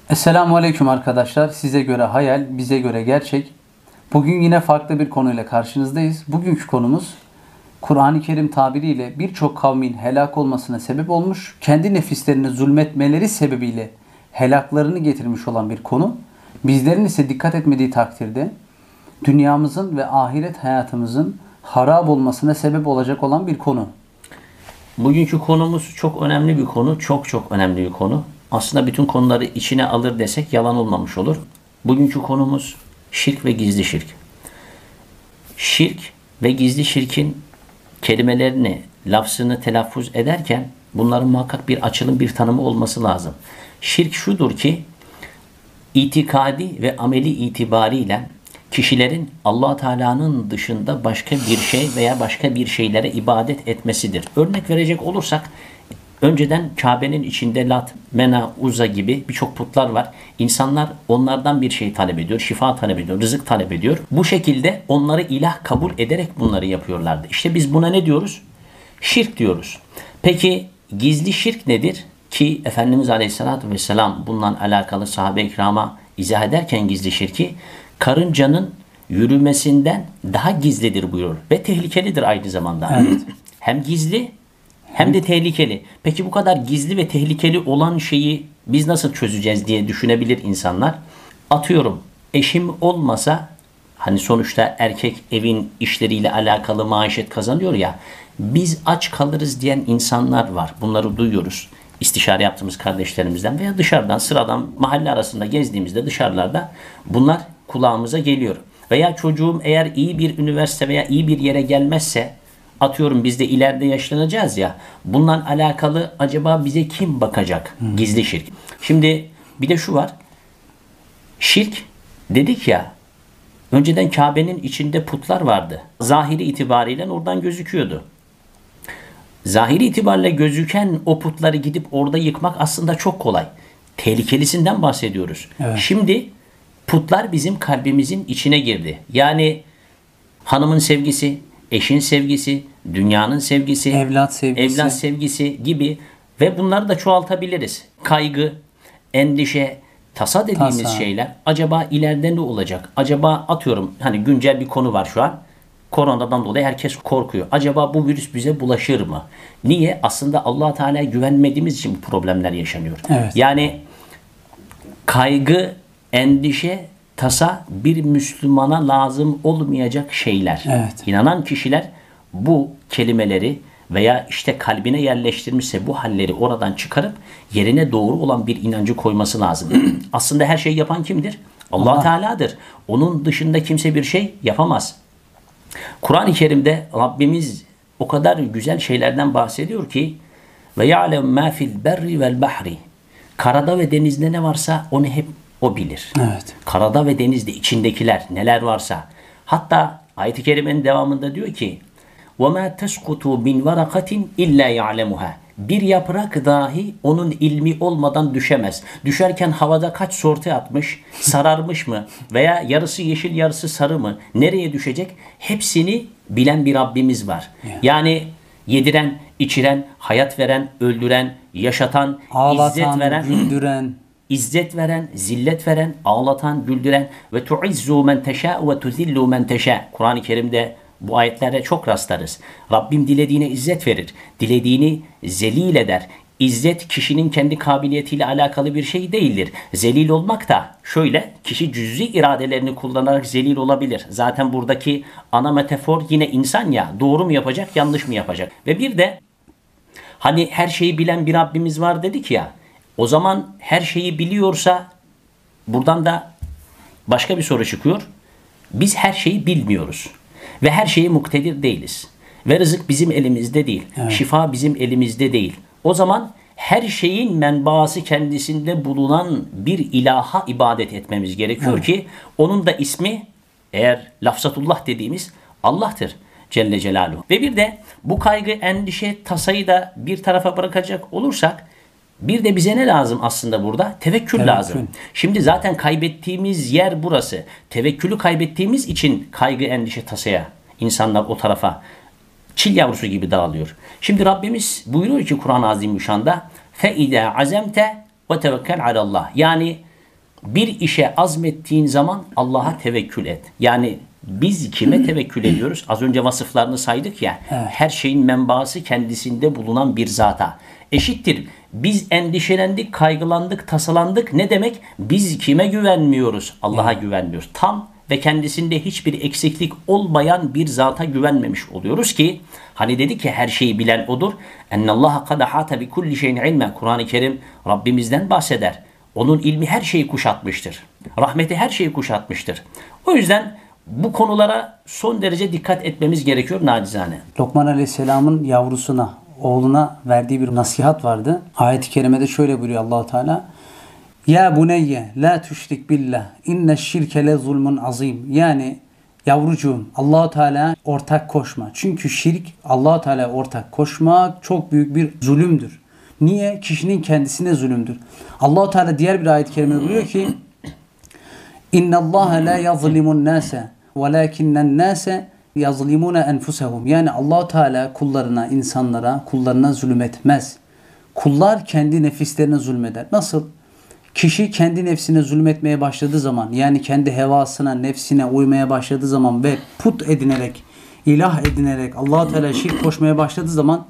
Esselamu Aleyküm arkadaşlar. Size göre hayal, bize göre gerçek. Bugün yine farklı bir konuyla karşınızdayız. Bugünkü konumuz Kur'an-ı Kerim tabiriyle birçok kavmin helak olmasına sebep olmuş, kendi nefislerine zulmetmeleri sebebiyle helaklarını getirmiş olan bir konu. Bizlerin ise dikkat etmediği takdirde dünyamızın ve ahiret hayatımızın harap olmasına sebep olacak olan bir konu. Bugünkü konumuz çok önemli bir konu. Çok önemli bir konu. Aslında bütün konuları içine alır desek yalan olmamış olur. Bugünkü konumuz şirk ve gizli şirk. Şirk ve gizli şirkin kelimelerini, lafzını telaffuz ederken bunların muhakkak bir açılım, bir tanımı olması lazım. Şirk şudur ki, itikadi ve ameli itibariyle kişilerin Allah Teala'nın dışında başka bir şey veya başka bir şeylere ibadet etmesidir. Örnek verecek olursak, önceden Kabe'nin içinde Lat, Mena, Uzza gibi birçok putlar var. İnsanlar onlardan bir şey talep ediyor, şifa talep ediyor, rızık talep ediyor. Bu şekilde onları ilah kabul ederek bunları yapıyorlardı. İşte biz buna ne diyoruz? Şirk diyoruz. Peki gizli şirk nedir? Ki Efendimiz Aleyhisselatü Vesselam bununla alakalı sahabe-i kirama izah ederken gizli şirki, karıncanın yürümesinden daha gizlidir buyurur. Ve tehlikelidir aynı zamanda. Evet. Hem gizli hem de tehlikeli. Peki bu kadar gizli ve tehlikeli olan şeyi biz nasıl çözeceğiz diye düşünebilir insanlar. Atıyorum, eşim olmasa, hani sonuçta erkek evin işleriyle alakalı maişet kazanıyor ya, biz aç kalırız diyen insanlar var. Bunları duyuyoruz. İstişare yaptığımız kardeşlerimizden veya dışarıdan, sıradan mahalle arasında gezdiğimizde dışarılarda bunlar kulağımıza geliyor. Veya çocuğum eğer iyi bir üniversite veya iyi bir yere gelmezse, atıyorum biz de ileride yaşlanacağız ya, bununla alakalı acaba bize kim bakacak? Gizli şirk. Şimdi bir de şu var. Şirk dedik ya, önceden Kabe'nin içinde putlar vardı. Zahiri itibariyle oradan gözüküyordu. Zahiri itibariyle gözüken o putları gidip orada yıkmak aslında çok kolay. Tehlikelisinden bahsediyoruz. Evet. Şimdi putlar bizim kalbimizin içine girdi. Yani hanımın sevgisi, eşin sevgisi, dünyanın sevgisi, evlat sevgisi gibi ve bunları da çoğaltabiliriz. Kaygı, endişe, tasa dediğimiz şeyler acaba ileride ne olacak? Acaba atıyorum, hani güncel bir konu var şu an. Koronadan dolayı herkes korkuyor. Acaba bu virüs bize bulaşır mı? Niye? Aslında Allah Teala'ya güvenmediğimiz için bu problemler yaşanıyor. Evet. Yani kaygı, endişe, tasa bir Müslümana lazım olmayacak şeyler. Evet. İnanan kişiler bu kelimeleri veya işte kalbine yerleştirmişse bu halleri oradan çıkarıp yerine doğru olan bir inancı koyması lazım. Aslında her şeyi yapan kimdir? Allah Teala'dır. Onun dışında kimse bir şey yapamaz. Kur'an-ı Kerim'de Rabbimiz o kadar güzel şeylerden bahsediyor ki ve ya'lem ma fil berri vel bahri. Karada ve denizde ne varsa onu hep o bilir. Evet. Karada ve denizde içindekiler neler varsa. Hatta ayet-i kerimenin devamında diyor ki وَمَا تَسْقُطُوا مِنْ وَرَقَةٍ اِلَّا يَعْلَمُهَا. Bir yaprak dahi onun ilmi olmadan düşemez. Düşerken havada kaç sorti atmış, sararmış mı veya yarısı yeşil yarısı sarı mı, nereye düşecek? Hepsini bilen bir Rabbimiz var. Yani yediren, içiren, hayat veren, öldüren, yaşatan, Ağlatan, izzet veren, güldüren. İzzet veren, zillet veren, ağlatan, güldüren ve tu'izzu men teşâ ve tuzillu men teşâ. Kur'an-ı Kerim'de bu ayetlere çok rastlarız. Rabbim dilediğine izzet verir, dilediğini zelil eder. İzzet kişinin kendi kabiliyetiyle alakalı bir şey değildir. Zelil olmak da şöyle, kişi cüz'i iradelerini kullanarak zelil olabilir. Zaten buradaki ana metafor yine insan ya, doğru mu yapacak, yanlış mı yapacak? Ve bir de hani her şeyi bilen bir Rabbimiz var dedik ya, o zaman her şeyi biliyorsa buradan da başka bir soru çıkıyor. Biz her şeyi bilmiyoruz. Ve her şeye muktedir değiliz. Ve rızık bizim elimizde değil. Evet. Şifa bizim elimizde değil. O zaman her şeyin menbaası kendisinde bulunan bir ilaha ibadet etmemiz gerekiyor ki onun da ismi eğer lafzatullah dediğimiz Allah'tır Celle Celaluhu. Ve bir de bu kaygı, endişe, tasayı da bir tarafa bırakacak olursak bir de bize ne lazım aslında burada? Tevekkül lazım. Şimdi zaten kaybettiğimiz yer burası. Tevekkülü kaybettiğimiz için kaygı, endişe, tasaya, insanlar o tarafa çil yavrusu gibi dağılıyor. Şimdi Rabbimiz buyuruyor ki Kur'an-ı Azimüşşan'da فَاِذَا عَزَمْتَ وَتَوَكَّلْ عَلَى اللّٰهِ. Yani Bir işe azmettiğin zaman Allah'a tevekkül et. Yani biz kime tevekkül ediyoruz? Az önce vasıflarını saydık ya. Evet. Her şeyin menbaası kendisinde bulunan bir zata. Eşittir. Biz endişelendik, kaygılandık, tasalandık. Ne demek? Biz kime güvenmiyoruz? Allah'a güvenmiyoruz. Tam ve kendisinde hiçbir eksiklik olmayan bir zata güvenmemiş oluyoruz ki hani dedi ki her şeyi bilen odur. Ennallaha kad ahata bi kulli şeyin ilmen. Kur'an-ı Kerim Rabbimizden bahseder. Onun ilmi her şeyi kuşatmıştır. Rahmeti her şeyi kuşatmıştır. O yüzden bu konulara son derece dikkat etmemiz gerekiyor nacizane. Lokman Aleyhisselam'ın yavrusuna, oğluna verdiği bir nasihat vardı. Ayet-i kerimede şöyle buyuruyor Allah Teala: "Ya buneyye la tüşrik billah. İnne şirke le zulmun azim." Yani yavrucuğum, Allah Teala ortak koşma. Çünkü şirk, Allah Teala ortak koşmak çok büyük bir zulümdür. Niye? Kişinin kendisine zulümdür. Allah Teala diğer bir ayet-i kerimede buyuruyor ki: "İnna Allah la yazlimun nase, velakinnen nase yazlimuna enfusahum." Yani Allah Teala kullarına, insanlara, kullarına zulmetmez. Kullar kendi nefislerine zulmeder. Nasıl? Kişi kendi nefsine zulmetmeye başladığı zaman, yani kendi hevasına, nefsine uymaya başladığı zaman ve put edinerek, ilah edinerek Allah Teala şirk koşmaya başladığı zaman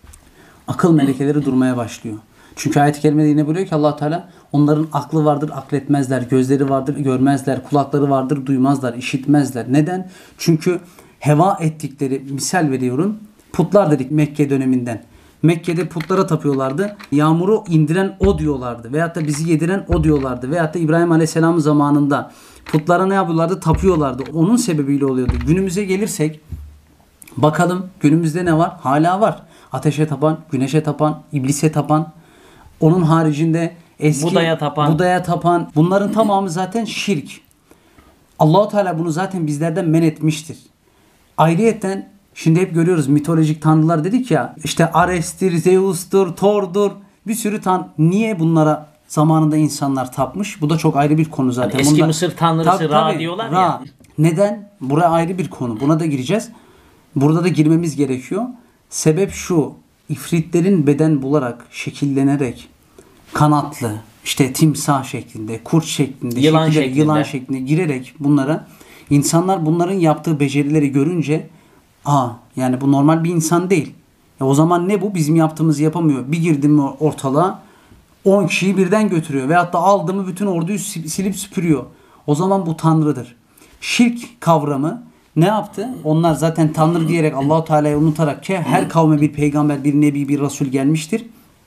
akıl melekeleri durmaya başlıyor. Çünkü ayet-i kerimede yine buyuruyor ki Allah Teala onların aklı vardır, akletmezler, gözleri vardır, görmezler, kulakları vardır, duymazlar, işitmezler. Neden? Çünkü heva ettikleri, misal veriyorum, putlar dedik Mekke döneminden. Mekke'de putlara tapıyorlardı. Yağmuru indiren o diyorlardı. Veyahut da bizi yediren o diyorlardı. Veyahut da İbrahim Aleyhisselam'ın zamanında putlara ne yapıyorlardı? Tapıyorlardı. Onun sebebiyle oluyordu. Günümüze gelirsek bakalım günümüzde ne var? Hala var. Ateşe tapan, güneşe tapan, iblise tapan, onun haricinde eski budaya tapan, bunların tamamı zaten şirk. Allah-u Teala bunu zaten bizlerden men etmiştir. Ayrıyeten şimdi hep görüyoruz mitolojik tanrılar dedik ya, işte Ares'tir, Zeus'tur, Thor'dur, bir sürü niye bunlara zamanında insanlar tapmış? Bu da çok ayrı bir konu zaten. Hani eski Mısır tanrısı Ra diyorlar ya. Neden? Buraya ayrı bir konu. Buna da gireceğiz. Burada da girmemiz gerekiyor. Sebep şu: ifritlerin beden bularak, şekillenerek, kanatlı, işte timsah şeklinde, kurt şeklinde, yılan şeklinde girerek bunlara, insanlar bunların yaptığı becerileri görünce yani bu normal bir insan değil. O zaman ne bu? Bizim yaptığımızı yapamıyor. Bir girdim mi ortalığa 10 kişiyi birden götürüyor. Veyahut da aldı mı bütün orduyu silip süpürüyor. O zaman bu tanrıdır. Şirk kavramı ne yaptı? Onlar zaten tanrı diyerek Allah-u Teala'yı unutarak ki her kavme bir peygamber, bir nebi, bir resul gelmiştir.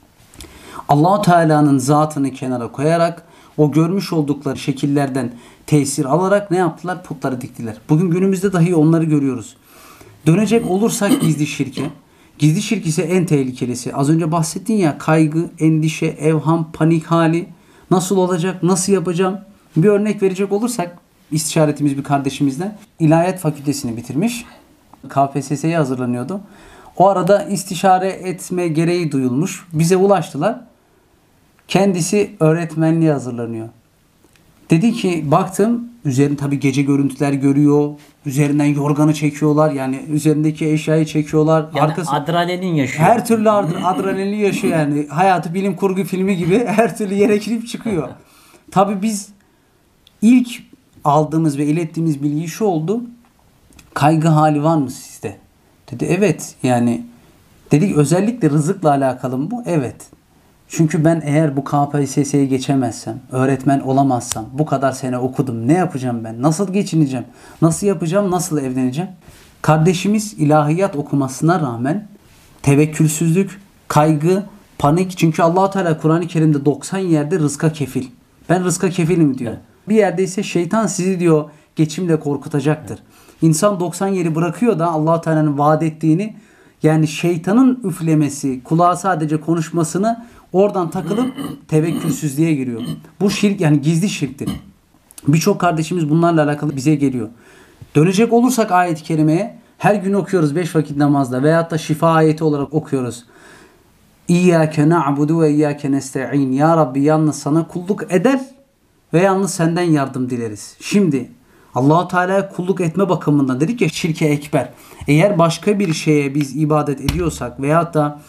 Allah-u Teala'nın zatını kenara koyarak o görmüş oldukları şekillerden tesir alarak ne yaptılar? Putları diktiler. Bugün günümüzde dahi onları görüyoruz. Dönecek olursak gizli şirke. Gizli şirk ise en tehlikelisi. Az önce bahsettin ya, kaygı, endişe, evham, panik hali. Nasıl olacak? Nasıl yapacağım? Bir örnek verecek olursak istişaretimiz bir kardeşimizden İlahiyat Fakültesini bitirmiş. KPSS'ye hazırlanıyordu. O arada istişare etme gereği duyulmuş. Bize ulaştılar. Kendisi öğretmenliğe hazırlanıyor. Dedi ki baktım, üzerinde tabii gece görüntüler görüyor. Üzerinden yorganı çekiyorlar. Yani üzerindeki eşyayı çekiyorlar. Yani adrenalin yaşıyor. Her türlü adrenalin yaşıyor yani. Hayatı bilim kurgu filmi gibi her türlü yere girip çıkıyor. Tabii biz ilk aldığımız ve ilettiğimiz bilgi şu oldu: kaygı hali var mı sizde? Dedi evet. Yani dedik özellikle rızıkla alakalı mı bu? Evet. Çünkü ben eğer bu KPSS'ye geçemezsem, öğretmen olamazsam, bu kadar sene okudum, ne yapacağım ben? Nasıl geçineceğim? Nasıl yapacağım? Nasıl evleneceğim? Kardeşimiz ilahiyat okumasına rağmen tevekkülsüzlük, kaygı, panik. Çünkü Allah Teala Kur'an-ı Kerim'de 90 yerde rızka kefil. Ben rızka kefilim diyor. Bir yerde ise şeytan sizi diyor geçimle korkutacaktır. İnsan 90 yeri bırakıyor da Allah Teala'nın vaat ettiğini, yani şeytanın üflemesi, kulağa sadece konuşmasını oradan takılıp tevekkülsüzlüğe giriyor. Bu şirk, yani gizli şirktir. Birçok kardeşimiz bunlarla alakalı bize geliyor. Dönecek olursak ayet-i kerimeye, her gün okuyoruz 5 vakit namazda veyahut da şifa ayeti olarak okuyoruz. İyyâke na'budu ve iyyâke nesta'in. Ya Rabbi, yalnız sana kulluk eder ve yalnız senden yardım dileriz. Şimdi Allah-u Teala'ya kulluk etme bakımından dedik ya, şirke ekber. Eğer başka bir şeye biz ibadet ediyorsak veyahut da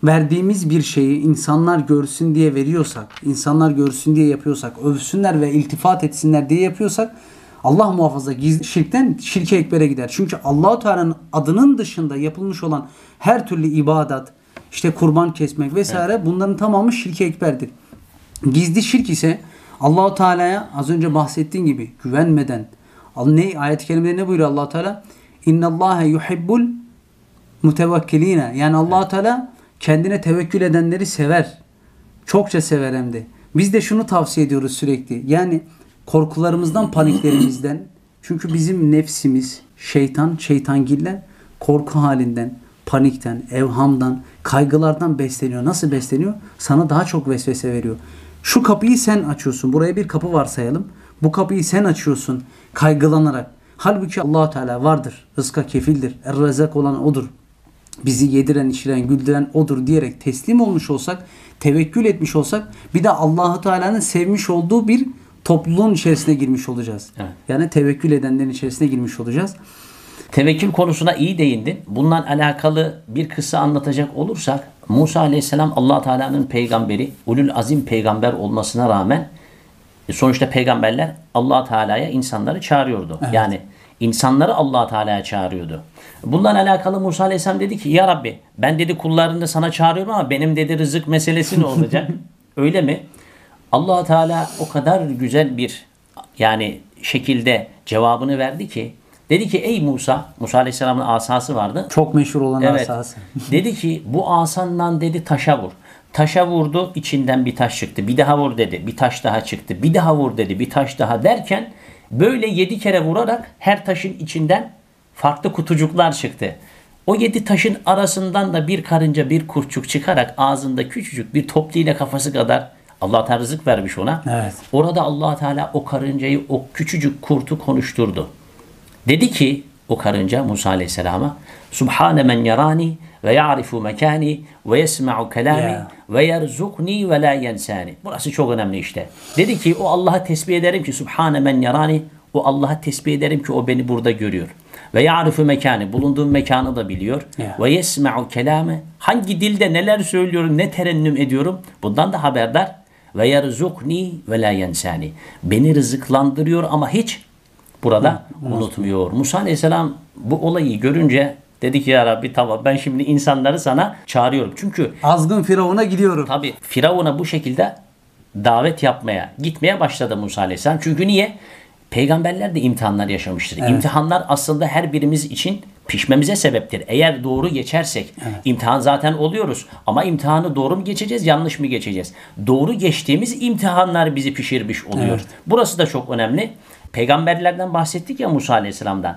verdiğimiz bir şeyi insanlar görsün diye veriyorsak, insanlar görsün diye yapıyorsak, övsünler ve iltifat etsinler diye yapıyorsak, Allah muhafaza gizli şirkten şirke ekbere gider. Çünkü Allah-u Teala'nın adının dışında yapılmış olan her türlü ibadat, işte kurban kesmek vesaire, bunların tamamı şirke ekberdir. Gizli şirk ise Allah-u Teala'ya az önce bahsettiğim gibi güvenmeden, ayet-i kerimede ne buyuruyor Allah-u Teala? İnnallâhe yuhibbul mutevekkilîne. Yani Allah-u Teala kendine tevekkül edenleri sever. Çokça sever hem de. Biz de şunu tavsiye ediyoruz sürekli. Yani korkularımızdan, paniklerimizden. Çünkü bizim nefsimiz, şeytangiller korku halinden, panikten, evhamdan, kaygılardan besleniyor. Nasıl besleniyor? Sana daha çok vesvese veriyor. Şu kapıyı sen açıyorsun. Buraya bir kapı varsayalım. Bu kapıyı sen açıyorsun kaygılanarak. Halbuki Allah Teala vardır. Rızka kefildir. Er-Rezzak olan odur. Bizi yediren, içiren, güldüren odur diyerek teslim olmuş olsak, tevekkül etmiş olsak, bir de Allah Teala'nın sevmiş olduğu bir topluluğun içerisine girmiş olacağız. Evet. Yani tevekkül edenlerin içerisine girmiş olacağız. Tevekkül konusuna iyi değindin. Bununla alakalı bir kıssa anlatacak olursak, Musa Aleyhisselam Allah Teala'nın peygamberi, ulul azim peygamber olmasına rağmen sonuçta peygamberler Allah Teala'ya insanları çağırıyordu. Evet. Yani insanları Allah Teala'ya çağırıyordu. Bununla alakalı Musa Aleyhisselam dedi ki ya Rabbi ben dedi kullarını sana çağırıyorum ama benim dedi rızık meselesi ne olacak? Öyle mi? Allah Teala o kadar güzel bir yani şekilde cevabını verdi ki dedi ki ey Musa Aleyhisselam'ın asası vardı. Çok meşhur olan asası. Dedi ki bu asandan dedi taşa vur. Taşa vurdu içinden bir taş çıktı. Bir daha vur dedi. Bir taş daha çıktı. Bir daha vur dedi. Bir taş daha derken böyle 7 kere vurarak her taşın içinden farklı kutucuklar çıktı. O 7 taşın arasından da bir karınca bir kurtçuk çıkarak ağzında küçücük bir toplayla kafası kadar Allah Teala rızık vermiş ona. Evet. Orada Allah Teala o karıncayı o küçücük kurtu konuşturdu. Dedi ki o karınca Musa Aleyhisselam'a Subhane men yarani ve ya'rifu mekani ve yesma'u kelami ve yerzukni ve la yensani. Burası çok önemli işte. Dedi ki o Allah'a tesbih ederim ki Subhane men yarani, o Allah'a tesbih ederim ki o beni burada görüyor. Ve ya'rifu mekani, bulunduğum mekanı da biliyor. Ve yesma'u kelami, hangi dilde neler söylüyorum, ne terennüm ediyorum bundan da haberdar. Ve yerzukni ve la yensani. Beni rızıklandırıyor ama hiç burada unutmuyor. Musa Aleyhisselam bu olayı görünce dedi ki ya Rabbi tamam ben şimdi insanları sana çağırıyorum. Çünkü azgın Firavun'a gidiyorum. Tabii Firavun'a bu şekilde davet yapmaya, gitmeye başladı Musa Aleyhisselam. Çünkü niye? Peygamberler de imtihanlar yaşamıştır. Evet. İmtihanlar aslında her birimiz için pişmemize sebeptir. Eğer doğru geçersek, imtihan zaten oluyoruz. Ama imtihanı doğru mu geçeceğiz, yanlış mı geçeceğiz? Doğru geçtiğimiz imtihanlar bizi pişirmiş oluyor. Evet. Burası da çok önemli. Peygamberlerden bahsettik ya Musa Aleyhisselam'dan.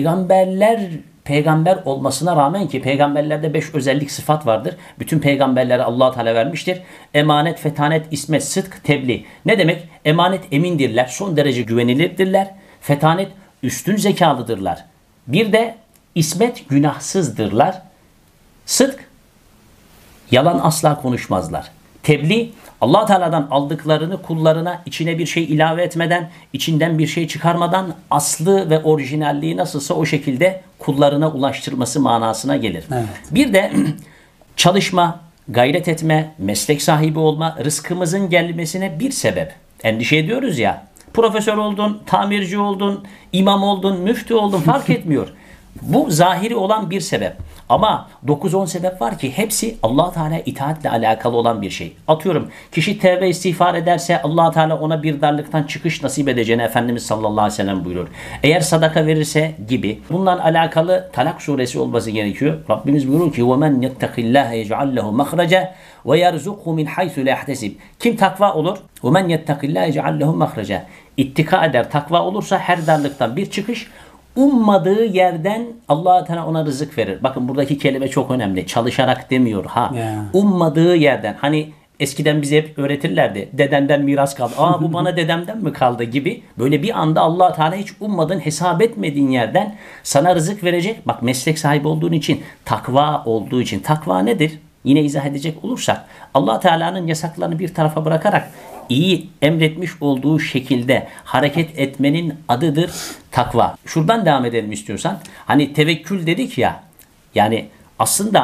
Peygamber olmasına rağmen ki peygamberlerde 5 özellik sıfat vardır. Bütün peygamberlere Allah Teala vermiştir. Emanet, fetanet, ismet, sıdk, tebliğ. Ne demek? Emanet emindirler. Son derece güvenilirdirler. Fetanet üstün zekalıdırlar. Bir de ismet günahsızdırlar. Sıdk yalan asla konuşmazlar. Tebliğ Allah Teala'dan aldıklarını kullarına içine bir şey ilave etmeden, içinden bir şey çıkarmadan aslı ve orijinalliği nasılsa o şekilde kullarına ulaştırması manasına gelir. Evet. Bir de çalışma, gayret etme, meslek sahibi olma, rızkımızın gelmesine bir sebep. Endişe ediyoruz ya. Profesör oldun, tamirci oldun, imam oldun, müftü oldun fark etmiyor. Bu zahiri olan bir sebep. Ama 9-10 sebep var ki hepsi Allah Teala itaatle alakalı olan bir şey. Atıyorum kişi tevbe istiğfar ederse Allah Teala ona bir darlıktan çıkış nasip edeceğini Efendimiz sallallahu aleyhi ve sellem buyuruyor. Eğer sadaka verirse gibi. Bununla alakalı Talak suresi olması gerekiyor. Rabbimiz buyuruyor ki وَمَنْ يَتَّقِ اللّٰهَ يَجْعَلْ لَهُ مَخْرَجًا وَيَرْزُقْهُ مِنْ حَيْثُ لَا يَحْتَسِبْ. Kim takva olur? وَمَنْ يَتَّقِ اللّٰهَ يَجْعَلْ لَهُ مَخْرَجًا. İttika eder, takva olursa her darlıktan bir çıkış, ummadığı yerden Allah Teala ona rızık verir. Bakın buradaki kelime çok önemli. Çalışarak demiyor ha. Ummadığı yerden. Hani eskiden bize hep öğretirlerdi. Dedenden miras kaldı. Aa bu bana dedemden mi kaldı gibi. Böyle bir anda Allah Teala hiç ummadığın, hesap etmediğin yerden sana rızık verecek. Bak meslek sahibi olduğun için, takva olduğu için. Takva nedir? Yine izah edecek olursak Allah Teala'nın yasaklarını bir tarafa bırakarak iyi emretmiş olduğu şekilde hareket etmenin adıdır takva. Şuradan devam edelim istiyorsan. Hani tevekkül dedik ya. Yani aslında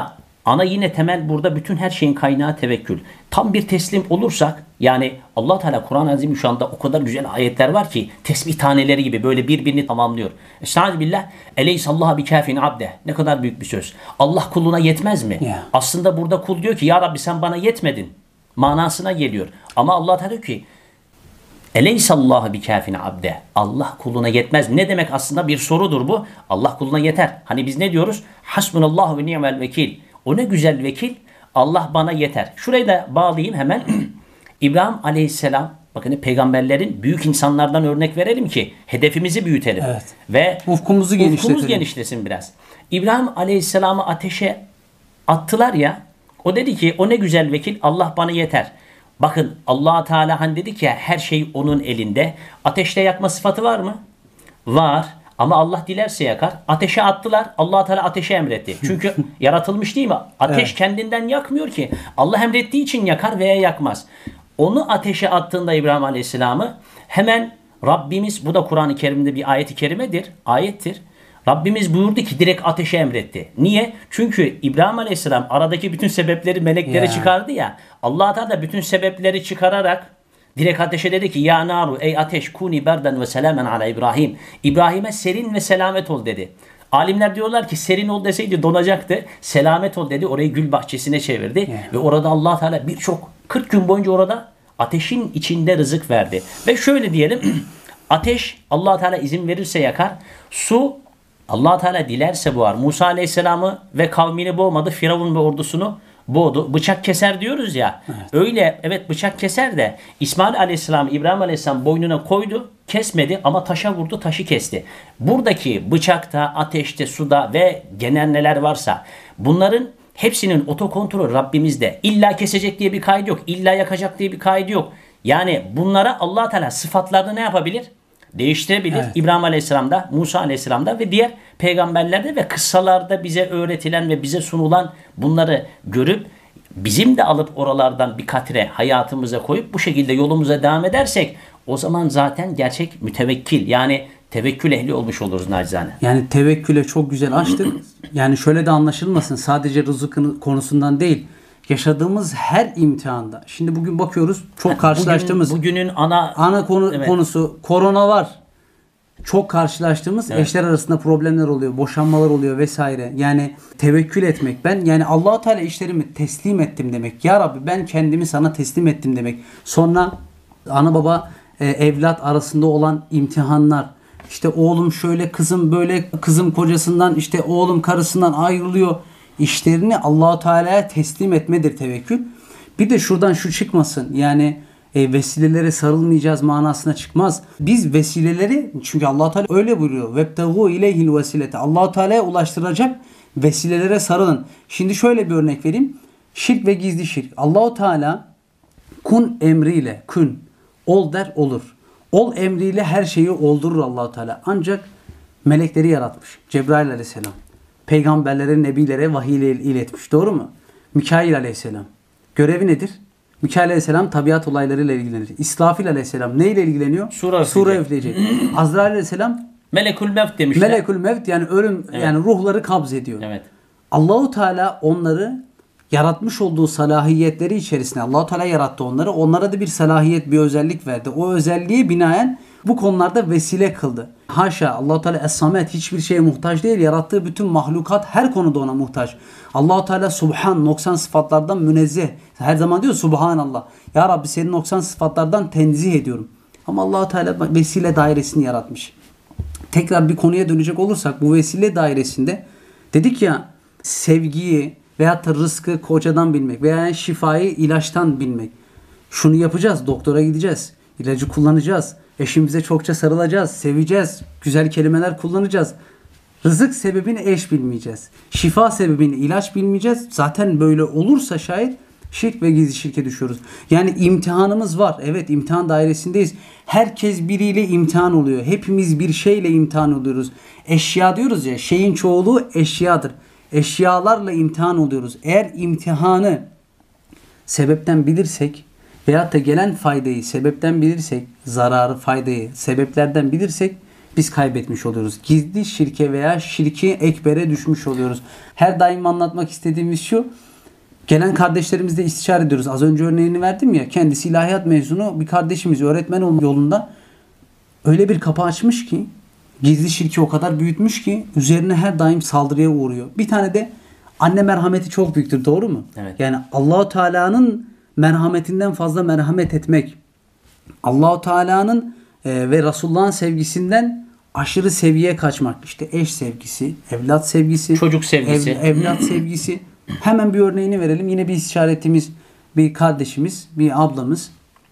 Ana yine temel burada bütün her şeyin kaynağı tevekkül. Tam bir teslim olursak yani Allah Teala Kur'an-ı Azimüşşan'da o kadar güzel ayetler var ki tesbih taneleri gibi böyle birbirini tamamlıyor. Estağfirullah. Eleyhisallahu bikâfin abde. Ne kadar büyük bir söz. Allah kuluna yetmez mi? Yeah. Aslında burada kul diyor ki ya Rabbi sen bana yetmedin manasına geliyor. Ama Allah Teala diyor ki Eleyhisallahu bikâfin abde. Allah kuluna yetmez. Ne demek aslında bir sorudur bu. Allah kuluna yeter. Hani biz ne diyoruz? Hasbunallahu ve ni'mel vekil. O ne güzel vekil. Allah bana yeter. Şurayı da bağlayayım hemen. İbrahim Aleyhisselam, bakın peygamberlerin büyük insanlardan örnek verelim ki hedefimizi büyütelim. Evet. Ve Ufkumuzu genişlesin biraz. İbrahim Aleyhisselam'ı ateşe attılar ya. O dedi ki o ne güzel vekil, Allah bana yeter. Bakın Allah Teala hani dedi ki her şey onun elinde. Ateşte yakma sıfatı var mı? Var. Ama Allah dilerse yakar. Ateşe attılar. Allah Teala ateşe emretti. Çünkü yaratılmış değil mi? Ateş evet. Kendinden yakmıyor ki. Allah emrettiği için yakar veya yakmaz. Onu ateşe attığında İbrahim Aleyhisselam'ı hemen Rabbimiz, bu da Kur'an-ı Kerim'de bir ayet-i kerimedir. Ayettir. Rabbimiz buyurdu ki direkt ateşe emretti. Niye? Çünkü İbrahim Aleyhisselam aradaki bütün sebepleri meleklere çıkardı ya. Allah Teala bütün sebepleri çıkararak direkt ateşe dedi ki ya naru ey ateş kuni berden ve selamen ala İbrahim. İbrahim'e serin ve selamet ol dedi. Alimler diyorlar ki serin ol deseydi donacaktı. Selamet ol dedi. Orayı gül bahçesine çevirdi. Ve orada Allah Teala birçok 40 gün boyunca orada ateşin içinde rızık verdi. Ve şöyle diyelim ateş Allah Teala izin verirse yakar. Su Allah Teala dilerse boğar. Musa Aleyhisselam'ı ve kavmini boğmadı. Firavun ve ordusunu boğdu. Bıçak keser diyoruz ya. Evet. Öyle evet bıçak keser de İsmail Aleyhisselam, İbrahim Aleyhisselam boynuna koydu. Kesmedi ama taşa vurdu, taşı kesti. Buradaki bıçakta, ateşte, suda ve genel neler varsa bunların hepsinin otokontrolü Rabbimizde. İlla kesecek diye bir kaydı yok. İlla yakacak diye bir kaydı yok. Yani bunlara Allah Teala sıfatlarını ne yapabilir? Değiştirebilir. Evet. İbrahim Aleyhisselam'da, Musa Aleyhisselam'da ve diğer peygamberlerde ve kıssalarda bize öğretilen ve bize sunulan bunları görüp bizim de alıp oralardan bir katre hayatımıza koyup bu şekilde yolumuza devam edersek o zaman zaten gerçek mütevekkil yani tevekkül ehli olmuş oluruz nacizane. Yani tevekküle çok güzel açtık. Yani şöyle de anlaşılmasın sadece rızık konusundan değil. Yaşadığımız her imtihanda. Şimdi bugün bakıyoruz çok karşılaştığımız bugünün ana konusu korona var. Çok karşılaştığımız eşler arasında problemler oluyor, boşanmalar oluyor vesaire. Yani tevekkül etmek. Ben yani Allah Teala işlerimi teslim ettim demek. Ya Rabbi ben kendimi sana teslim ettim demek. Sonra ana baba evlat arasında olan imtihanlar. İşte oğlum şöyle, kızım böyle, kızım kocasından, işte oğlum karısından ayrılıyor. İşlerini Allah-u Teala'ya teslim etmedir tevekkül. Bir de şuradan şu çıkmasın. Yani vesilelere sarılmayacağız manasına çıkmaz. Biz vesileleri çünkü Allah-u Teala öyle buyuruyor. Vebtegu ileyhil vesilete. Allah-u Teala'ya ulaştıracak vesilelere sarılın. Şimdi şöyle bir örnek vereyim. Şirk ve gizli şirk. Allah-u Teala kun emriyle kun ol der olur. Ol emriyle her şeyi oldurur Allah-u Teala. Ancak melekleri yaratmış. Cebrail aleyhisselam. Peygamberlere, nebilere vahiy ile iletmiş. Doğru mu? Mikail aleyhisselam. Görevi nedir? Mikail aleyhisselam tabiat olaylarıyla ilgilenir. İsrafil aleyhisselam neyle ilgileniyor? Sure üfleyecek. Azrail aleyhisselam Melekül Mevt demişler. Melekül Mevt yani ölüm yani ruhları kabz ediyor. Evet. Allahu Teala onları yaratmış olduğu salahiyetleri içerisinde Allahu Teala yarattı onları. Onlara da bir salahiyet, bir özellik verdi. O özelliğe binaen bu konularda vesile kıldı. Haşa Allahu Teala Es-Samet hiçbir şeye muhtaç değil. Yarattığı bütün mahlukat her konuda ona muhtaç. Allahu Teala Subhan noksan sıfatlardan münezzeh. Her zaman diyor Subhanallah. Ya Rabbi senin noksan sıfatlardan tenzih ediyorum. Ama Allahu Teala vesile dairesini yaratmış. Tekrar bir konuya dönecek olursak bu vesile dairesinde dedik ya sevgiyi veyahut da rızkı kocadan bilmek veya şifayı ilaçtan bilmek. Şunu yapacağız, doktora gideceğiz, ilacı kullanacağız, eşimize çokça sarılacağız, seveceğiz, güzel kelimeler kullanacağız. Rızık sebebini eş bilmeyeceğiz. Şifa sebebini ilaç bilmeyeceğiz. Zaten böyle olursa şayet şirk ve gizli şirke düşüyoruz. Yani imtihanımız var. Evet imtihan dairesindeyiz. Herkes biriyle imtihan oluyor. Hepimiz bir şeyle imtihan oluyoruz. Eşya diyoruz ya şeyin çoğulu eşyadır. Eşyalarla imtihan oluyoruz. Eğer imtihanı sebepten bilirsek veyahut da gelen faydayı sebepten bilirsek, zararı, faydayı sebeplerden bilirsek biz kaybetmiş oluyoruz. Gizli şirke veya şirki ekbere düşmüş oluyoruz. Her daim anlatmak istediğimiz şu. Gelen kardeşlerimizle istişare ediyoruz. Az önce örneğini verdim ya. Kendisi ilahiyat mezunu bir kardeşimiz öğretmen olma yolunda öyle bir kapı açmış ki gizli şirki o kadar büyütmüş ki üzerine her daim saldırıya uğruyor. Bir tane de anne merhameti çok büyüktür. Doğru mu? Evet. Yani Allahu Teala'nın merhametinden fazla merhamet etmek. Allahu Teala'nın ve Resulullah'ın sevgisinden aşırı seviyeye kaçmak. İşte eş sevgisi, evlat sevgisi, Çocuk sevgisi. evlat sevgisi. Hemen bir örneğini verelim. Yine bir istişare ettiğimiz bir kardeşimiz, bir ablamız.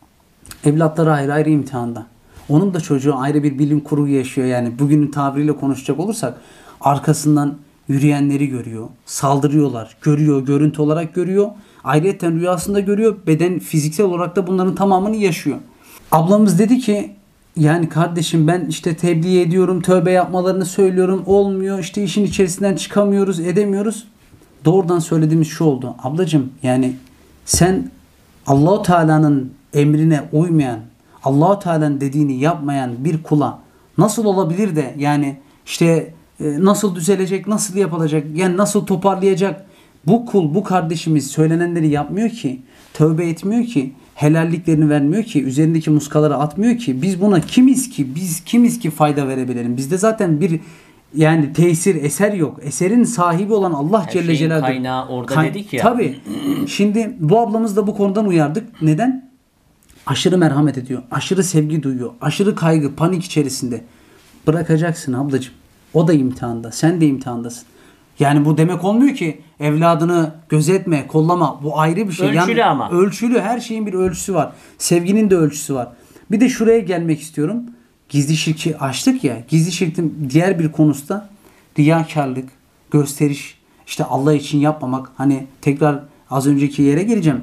Evlatları ayrı ayrı imtihanda. Onun da çocuğu ayrı bir bilim kurgu yaşıyor. Yani bugünün tabiriyle konuşacak olursak arkasından yürüyenleri görüyor. Saldırıyorlar. Görüyor. Görüntü olarak görüyor. Ayrıca rüyasında görüyor. Beden fiziksel olarak da bunların tamamını yaşıyor. Ablamız dedi ki yani kardeşim ben işte tebliğ ediyorum. Tövbe yapmalarını söylüyorum. Olmuyor. İşte işin içerisinden çıkamıyoruz. Edemiyoruz. Doğrudan söylediğimiz şu oldu. Ablacığım yani sen Allahu Teala'nın emrine uymayan, Allahu Teala'nın dediğini yapmayan bir kula nasıl olabilir de yani işte nasıl düzelecek, nasıl yapılacak, yani nasıl toparlayacak? Bu kul, bu kardeşimiz söylenenleri yapmıyor ki, tövbe etmiyor ki, helalliklerini vermiyor ki, üzerindeki muskaları atmıyor ki. Biz buna kimiz ki? Biz kimiz ki fayda verebilelim? Bizde zaten bir yani tesir, eser yok. Eserin sahibi olan Allah Her Celle şeyin Celaluhu. kaynağı orada dedik ya. Tabii. Şimdi bu ablamız da bu konudan uyardık. Neden? Aşırı merhamet ediyor. Aşırı sevgi duyuyor. Aşırı kaygı, panik içerisinde. Bırakacaksın ablacığım. O da imtihanda. Sen de imtihandasın. Yani bu demek olmuyor ki evladını gözetme, kollama. Bu ayrı bir şey. Ölçülü yani, ama. Ölçülü. Her şeyin bir ölçüsü var. Sevginin de ölçüsü var. Bir de şuraya gelmek istiyorum. Gizli şirki açtık ya. Gizli şirkin diğer bir konusu da riyakarlık, gösteriş, işte Allah için yapmamak. Hani tekrar az önceki yere geleceğim.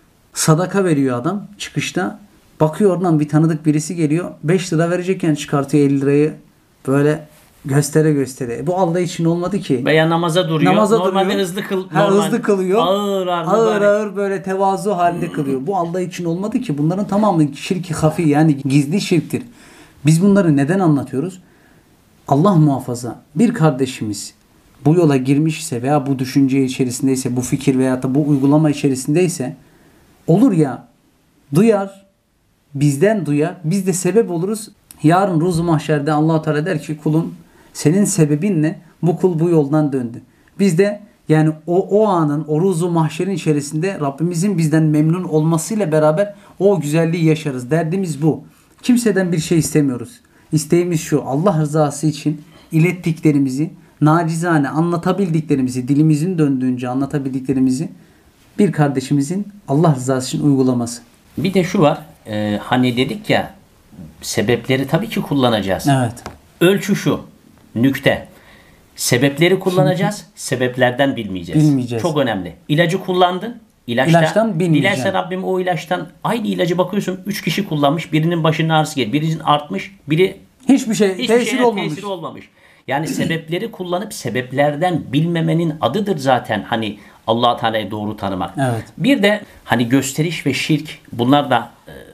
Sadaka veriyor adam çıkışta. Bakıyor oradan bir tanıdık birisi geliyor. 5 lira verecekken çıkartıyor 50 lirayı. Böyle göstere göstere. Bu Allah için olmadı ki. Veya namaza duruyor. Namaza Normalde duruyor. hızlı Hızlı kılıyor. Ağır Ağır böyle tevazu halinde kılıyor. Bu Allah için olmadı ki. Bunların tamamı şirki hafi yani gizli şirktir. Biz bunları neden anlatıyoruz? Allah muhafaza bir kardeşimiz bu yola girmişse veya bu düşünce içerisindeyse, bu fikir veya da bu uygulama içerisindeyse olur ya duyar, bizden duyar, biz de sebep oluruz. Yarın ruzu mahşerde Allah Teala der ki kulum senin sebebin ne? Bu kul bu yoldan döndü. Biz de yani o anın o ruzu mahşerin içerisinde Rabbimizin bizden memnun olmasıyla beraber o güzelliği yaşarız. Derdimiz bu. Kimseden bir şey istemiyoruz. İsteğimiz şu: Allah rızası için ilettiklerimizi, nacizane anlatabildiklerimizi, dilimizin döndüğünce anlatabildiklerimizi bir kardeşimizin Allah rızası için uygulaması. Bir de şu var. Hani dedik ya sebepleri tabii ki kullanacağız. Evet. Ölçü şu. Nükte. Sebepleri kullanacağız. Sebeplerden bilmeyeceğiz. Bilmeyeceğiz. Çok önemli. İlacı kullandın. İlaçtan bilmeyeceksin. Dilerse Rabbim o ilaçtan aynı ilacı bakıyorsun 3 kişi kullanmış. Birinin başının ağrısı geliyor. Birinin artmış. Biri Hiçbir hiçbir tesir şeye olmamış. tesiri olmamış. Yani sebepleri kullanıp sebeplerden bilmemenin adıdır zaten hani Allah Teala'yı doğru tanımak. Evet. Bir de hani gösteriş ve şirk bunlar da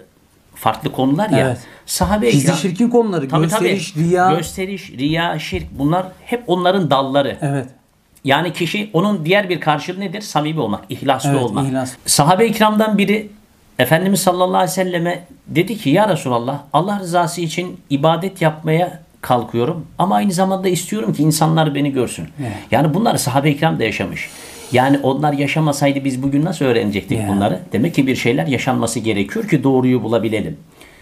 farklı konular ya. Evet. Sahabe-i Gizli kiram- şirkin konuları. Tabii, gösteriş, tabii. riya. Gösteriş, riya, şirk bunlar hep onların dalları. Evet. Yani kişi onun diğer bir karşılığı nedir? Samimi olmak, ihlaslı Evet, olmak. ihlas. Sahabe-i kiramdan biri Efendimiz sallallahu aleyhi ve selleme dedi ki ya Resulallah Allah rızası için ibadet yapmaya kalkıyorum ama aynı zamanda istiyorum ki insanlar beni görsün. Evet. Yani bunları sahabe-i kiram da yaşamış. Yani onlar yaşamasaydı biz bugün nasıl öğrenecektik Yeah. bunları? Demek ki bir şeyler yaşanması gerekiyor ki doğruyu bulabilelim.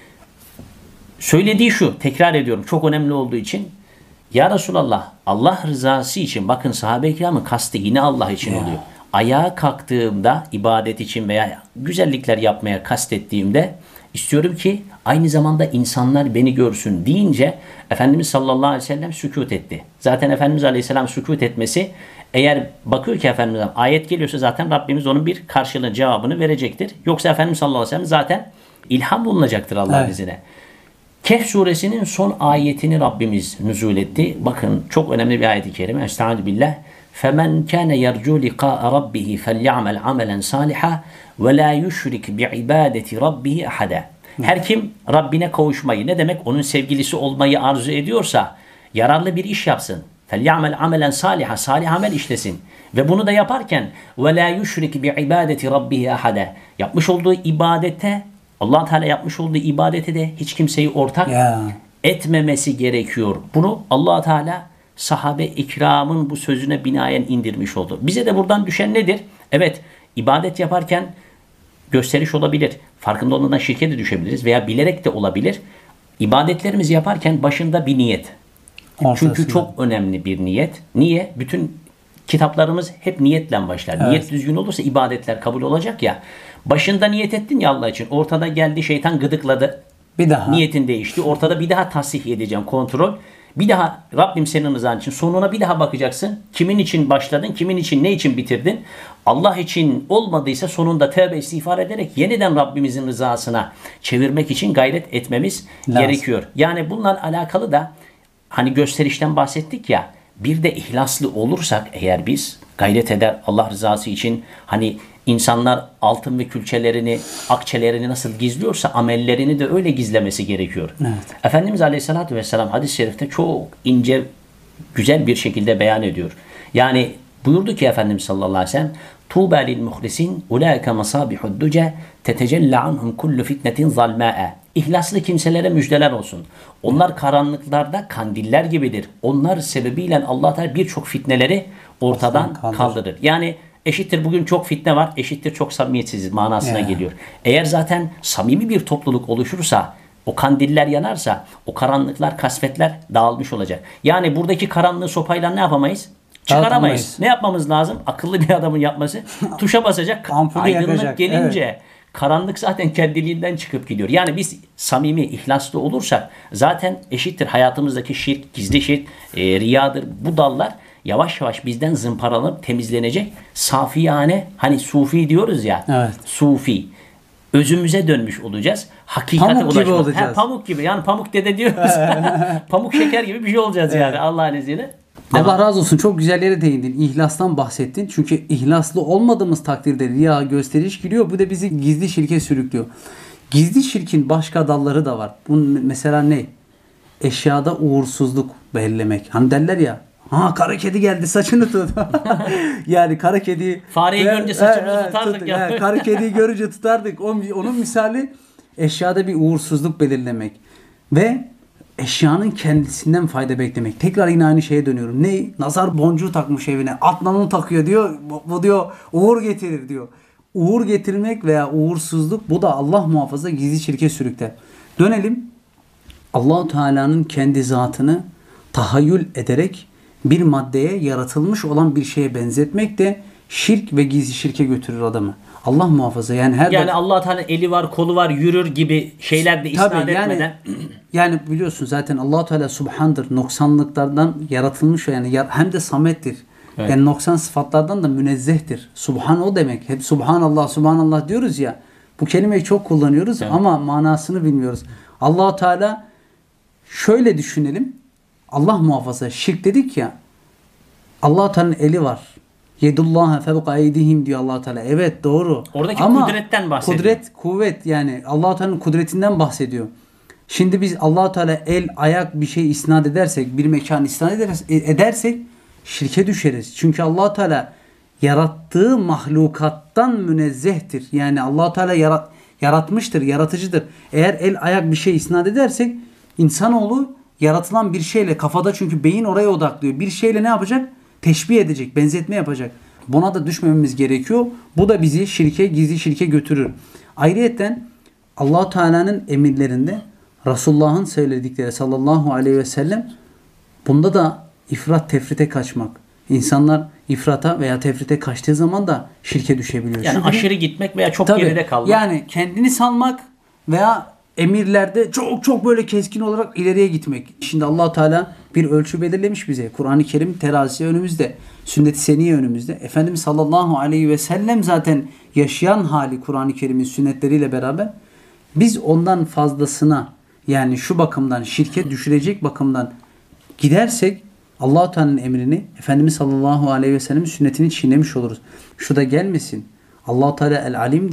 Söylediği şu, tekrar ediyorum çok önemli olduğu için. Ya Resulallah Allah rızası için bakın sahabe-i kiramın kastı yine Allah için oluyor. Ayağa kalktığımda ibadet için veya güzellikler yapmaya kastettiğimde istiyorum ki aynı zamanda insanlar beni görsün deyince Efendimiz sallallahu aleyhi ve sellem sükût etti. Zaten Efendimiz aleyhisselam sükût etmesi eğer bakıyor ki Efendimiz'den ayet geliyorsa zaten Rabbimiz onun bir karşılığını cevabını verecektir. Yoksa Efendimiz sallallahu aleyhi ve sellem zaten ilham bulunacaktır Allah'ın izniyle. Kehf suresinin son ayetini Rabbimiz nüzul etti. Bakın çok önemli bir ayet-i kerime. Estaizu billah. فَمَنْ كَانَ يَرْجُوا لِقَاءَ رَبِّهِ فَلْيَعْمَلْ عَمَلًا صَالِحًا وَلَا يُشْرِكْ بِعِبَادَةِ رَبِّهِ أَحَدًا Her kim Rabbine kavuşmayı, ne demek? Onun sevgilisi olmayı arzu ediyorsa yararlı bir iş yapsın. فَلْيَعْمَلْ عَمَلًا صَالِحًا, salih amel işlesin. Ve bunu da yaparken وَلَا يُشْرِكْ بِعِبَادَةِ رَبِّهِ أَحَدًا, yapmış olduğu ibadete, Allah Teala yapmış olduğu ibadete de hiç kimseyi ortak etmemesi gerekiyor. Bunu Allah Teala sahabe-i ikramın bu sözüne binaen indirmiş oldu. Bize de buradan düşen nedir? Evet, ibadet yaparken gösteriş olabilir. Farkında olmadan şirke de düşebiliriz veya bilerek de olabilir. İbadetlerimizi yaparken başında bir niyet. Çünkü çok önemli bir niyet. Niye? Bütün kitaplarımız hep niyetle başlar. Evet. Niyet düzgün olursa ibadetler kabul olacak ya. Başında niyet ettin ya Allah için. Ortada geldi şeytan gıdıkladı. Bir daha. Niyetin değişti. Ortada bir daha tasih edeceğim, kontrol. Bir daha Rabbim senin rızan için. Sonuna bir daha bakacaksın. Kimin için başladın? Kimin için, ne için bitirdin? Allah için olmadıysa sonunda tövbe istiğfar ederek yeniden Rabbimizin rızasına çevirmek için gayret etmemiz gerekiyor. Yani bununla alakalı da hani gösterişten bahsettik ya, bir de ihlaslı olursak eğer biz gayret eder Allah rızası için, hani insanlar altın ve külçelerini, akçelerini nasıl gizliyorsa amellerini de öyle gizlemesi gerekiyor. Evet. Efendimiz Aleyhisselatü Vesselam hadis-i şerifte çok ince, güzel bir şekilde beyan ediyor. Yani buyurdu ki Efendimiz sallallahu aleyhi ve sellem Tuğbâ lil muhlisin ulâke masâbihud duce tetecelle anhum kullu fitnetin zalmâe. İhlaslı kimselere müjdeler olsun. Onlar karanlıklarda kandiller gibidir. Onlar sebebiyle Allah Teala birçok fitneleri ortadan kaldırır. Yani eşittir bugün çok fitne var, eşittir çok samimiyetsiz manasına geliyor. Eğer zaten samimi bir topluluk oluşursa, o kandiller yanarsa, o karanlıklar, kasvetler dağılmış olacak. Yani buradaki karanlığı sopayla ne yapamayız? Çıkaramayız. Ne yapmamız lazım? Akıllı bir adamın yapması. Tuşa basacak, aydınlık yakacak. Gelince karanlık zaten kendiliğinden çıkıp gidiyor. Yani biz samimi, ihlaslı olursak zaten eşittir hayatımızdaki şirk, gizli şirk, riyadır, bu dallar yavaş yavaş bizden zımparalanıp temizlenecek. Safiyane, hani sufi diyoruz ya, sufi. Özümüze dönmüş olacağız. Hakikate pamuk ulaşmak. Gibi olacağız. Pamuk gibi. Yani pamuk dede diyoruz. Pamuk şeker gibi bir şey olacağız yani Allah'ın izniyle. Allah razı olsun. Çok güzel yere değindin. İhlastan bahsettin. Çünkü ihlaslı olmadığımız takdirde riya, gösteriş giriyor. Bu da bizi gizli şirke sürüklüyor. Gizli şirkin başka dalları da var. Bunun mesela ne? Eşyada uğursuzluk belirlemek. Hani derler ya, kara kedi geldi saçını tut. Yani kara kedi... Fareyi görünce saçımızı tutardık ya. Kara kediyi görünce tutardık. Onun misali eşyada bir uğursuzluk belirlemek. Ve eşyanın kendisinden fayda beklemek. Tekrar yine aynı şeye dönüyorum. Ne? Nazar boncuğu takmış evine. Atlanını takıyor diyor. Bu diyor uğur getirir diyor. Uğur getirmek veya uğursuzluk, bu da Allah muhafaza gizli şirke sürükler. Dönelim. Allah-u Teala'nın kendi zatını tahayyül ederek bir maddeye, yaratılmış olan bir şeye benzetmek de şirk ve gizli şirke götürür adamı. Allah muhafaza. Yani Allah Teala eli var, kolu var, yürür gibi şeyler de isnat etmeden. Yani biliyorsun zaten Allah Teala subhandır. Noksanlıklardan yaratılmış, yani hem de samettir. Evet. Yani noksan sıfatlardan da münezzehtir. Subhan o demek. Hep subhanallah, subhanallah diyoruz ya. Bu kelimeyi çok kullanıyoruz ama manasını bilmiyoruz. Allah Teala, şöyle düşünelim. Allah muhafaza, şirk dedik ya. Allah Teala'nın eli var. Yedullaha fevka eydihim diyor Allah Teala. Evet, doğru. Oradaki ama kudretten bahsediyor. Kudret, kuvvet, yani Allah Teala'nın kudretinden bahsediyor. Şimdi biz Allah Teala el, ayak bir şey isnat edersek, bir mekan isnat edersek şirke düşeriz. Çünkü Allah Teala yarattığı mahlukattan münezzehtir. Yani Allah Teala yaratmıştır, yaratıcıdır. Eğer el, ayak bir şey isnat edersek, insanoğlu yaratılan bir şeyle, kafada çünkü beyin oraya odaklıyor. Bir şeyle ne yapacak? Teşbih edecek, benzetme yapacak. Buna da düşmememiz gerekiyor. Bu da bizi şirke, gizli şirke götürür. Ayrıyeten Allah Teala'nın emirlerinde Resulullah'ın söyledikleri sallallahu aleyhi ve sellem, bunda da ifrat, tefrite kaçmak. İnsanlar ifrata veya tefrite kaçtığı zaman da şirke düşebiliyor. Yani aşırı gitmek veya çok geride kalmak. Yani kendini salmak veya emirlerde çok böyle keskin olarak ileriye gitmek. Şimdi Allah Teala bir ölçü belirlemiş bize. Kur'an-ı Kerim terazisi önümüzde. Sünnet-i Seniyye önümüzde. Efendimiz sallallahu aleyhi ve sellem zaten yaşayan hali Kur'an-ı Kerim'in sünnetleriyle beraber. Biz ondan fazlasına, yani şu bakımdan, şirket düşürecek bakımdan gidersek Allah Teala'nın emrini, Efendimiz sallallahu aleyhi ve sellem'in sünnetini çiğnemiş oluruz. Şu da gelmesin. Allah Teala el alimdir.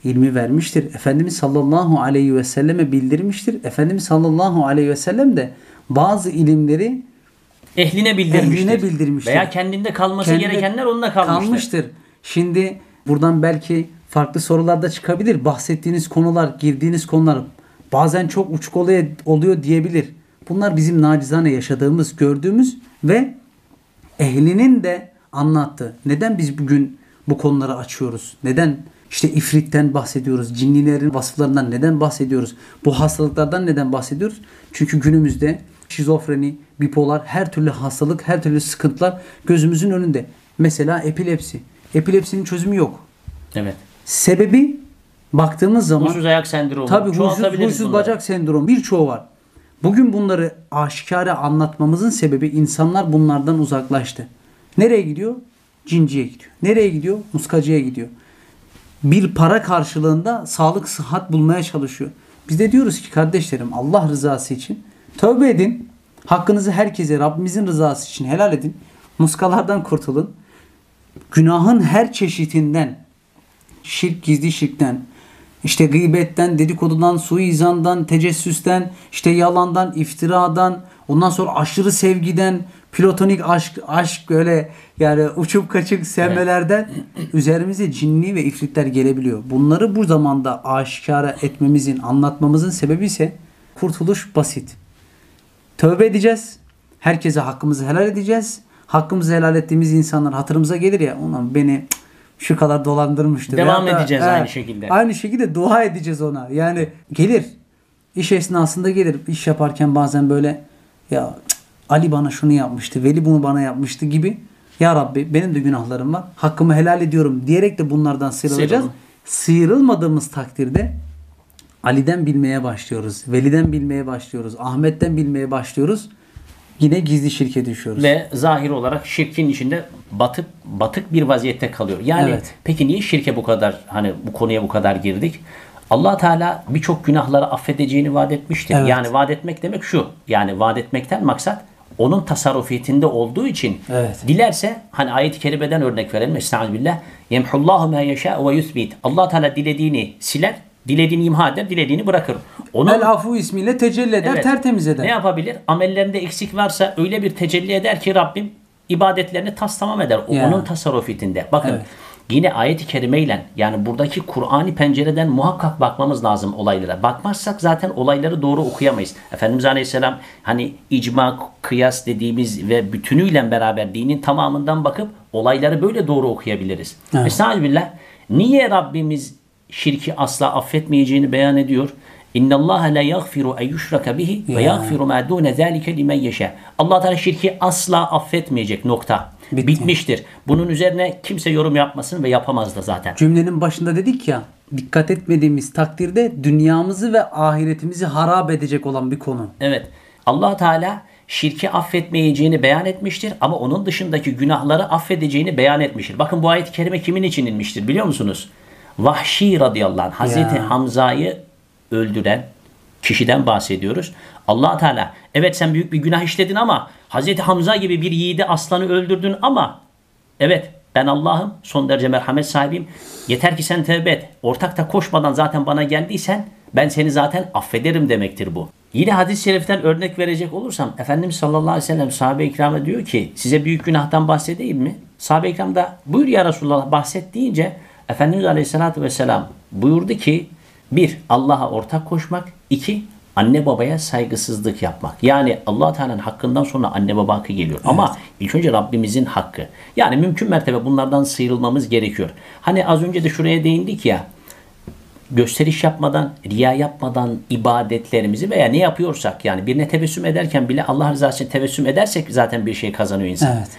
ilmi vermiştir. Efendimiz sallallahu aleyhi ve selleme bildirmiştir. Efendimiz sallallahu aleyhi ve sellem de bazı ilimleri Ehline bildirmiştir. Veya kendinde gerekenler onunla kalmıştır. Şimdi buradan belki farklı sorular da çıkabilir. Bahsettiğiniz konular, girdiğiniz konular bazen çok uçuk oluyor diyebilir. Bunlar bizim nacizane yaşadığımız, gördüğümüz ve ehlinin de anlattığı. Neden biz bugün bu konuları açıyoruz? Neden işte ifritten bahsediyoruz? Cinnilerin vasıflarından neden bahsediyoruz? Bu hastalıklardan neden bahsediyoruz? Çünkü günümüzde şizofreni, bipolar, her türlü hastalık, her türlü sıkıntılar gözümüzün önünde. Mesela epilepsi. Epilepsinin çözümü yok. Evet. Sebebi baktığımız zaman huysuz ayak sendromu. Tabii huysuz bacak sendromu birçoğu var. Bugün bunları aşikare anlatmamızın sebebi insanlar bunlardan uzaklaştı. Nereye gidiyor? Cinciye gidiyor. Nereye gidiyor? Muskacıya gidiyor. Bir para karşılığında sağlık, sıhhat bulmaya çalışıyor. Biz de diyoruz ki kardeşlerim Allah rızası için tövbe edin. Hakkınızı herkese Rabbimizin rızası için helal edin. Muskalardan kurtulun. Günahın her çeşitinden, şirk, gizli şirkten, işte gıybetten, dedikodudan, suizandan, tecessüsten, işte yalandan, iftiradan, ondan sonra aşırı sevgiden, platonik aşk öyle yani uçup kaçık sevmelerden üzerimize cinni ve ifritler gelebiliyor. Bunları bu zamanda aşikara etmemizin, anlatmamızın sebebi ise kurtuluş basit. Tövbe edeceğiz. Herkese hakkımızı helal edeceğiz. Hakkımızı helal ettiğimiz insanlar hatırımıza gelir ya. Ulan beni şu kadar dolandırmıştı. Devam edeceğiz aynı şekilde. Aynı şekilde dua edeceğiz ona. Yani gelir. İş esnasında gelir. İş yaparken bazen böyle ya Ali bana şunu yapmıştı. Veli bunu bana yapmıştı gibi. Ya Rabbi benim de günahlarım var. Hakkımı helal ediyorum diyerek de bunlardan sıyrılacağız. Sıyrılmadığımız takdirde Ali'den bilmeye başlıyoruz. Veli'den bilmeye başlıyoruz. Ahmet'ten bilmeye başlıyoruz. Yine gizli şirke düşüyoruz. Ve zahir olarak şirkin içinde batık bir vaziyette kalıyor. Yani peki niye şirke bu kadar bu konuya bu kadar girdik? Allah Teala birçok günahları affedeceğini vaat etmiştir. Evet. Yani vaat etmek demek şu. Yani vaat etmekten maksat onun tasarrufiyetinde olduğu için dilerse ayet-i kerimeden örnek verelim. Estağfirullah. Yemhullahu ma yeşâ ve yuthbit. Allah Teala dilediğini siler, dilediğini imha eder, dilediğini bırakır. El afu ismiyle tecelli eder, tertemiz eder. Ne yapabilir? Amellerinde eksik varsa öyle bir tecelli eder ki Rabbim ibadetlerini tamam eder. Onun tasarrufiyetinde. Bakın yine ayet-i kerimeyle yani buradaki Kur'an-ı pencereden muhakkak bakmamız lazım olaylara. Bakmazsak zaten olayları doğru okuyamayız. Efendimiz Aleyhisselam icma, kıyas dediğimiz ve bütünüyle beraber dinin tamamından bakıp olayları böyle doğru okuyabiliriz. Estağfirullah. Niye Rabbimiz şirki asla affetmeyeceğini beyan ediyor? İnnallâhe la yaghfiru en yushraka bihi ve yaghfiru ma dûne zâlike limen yeşâ. Allah Teala şirki asla affetmeyecek. Nokta. Bitmiştir. Bunun üzerine kimse yorum yapmasın ve yapamaz da zaten. Cümlenin başında dedik ya, dikkat etmediğimiz takdirde dünyamızı ve ahiretimizi harap edecek olan bir konu. Evet. Allah Teala şirki affetmeyeceğini beyan etmiştir ama onun dışındaki günahları affedeceğini beyan etmiştir. Bakın bu ayet-i kerime kimin için inmiştir biliyor musunuz? Vahşi radıyallahu anh, Hazreti Hamza'yı öldüren kişiden bahsediyoruz. Allah Teala evet sen büyük bir günah işledin ama Hazreti Hamza gibi bir yiğidi aslanı öldürdün ama evet ben Allah'ım son derece merhamet sahibiyim. Yeter ki sen tevbe et. Ortakta koşmadan zaten bana geldiysen ben seni zaten affederim demektir bu. Yine hadis-i şeriften örnek verecek olursam Efendimiz sallallahu aleyhi ve sellem sahabe-i kirama diyor ki size büyük günahtan bahsedeyim mi? Sahabe-i kiram da buyur ya Resulallah bahset deyince Efendimiz aleyhissalatü vesselam buyurdu ki 1. Allah'a ortak koşmak. 2. Anne babaya saygısızlık yapmak. Yani Allah Teala'nın hakkından sonra anne baba hakkı geliyor. Evet. Ama ilk önce Rabbimizin hakkı. Yani mümkün mertebe bunlardan sıyrılmamız gerekiyor. Az önce de şuraya değindik ya. Gösteriş yapmadan, riya yapmadan ibadetlerimizi veya ne yapıyorsak yani birine tebessüm ederken bile Allah rızası için tebessüm edersek zaten bir şey kazanıyor insan. Evet.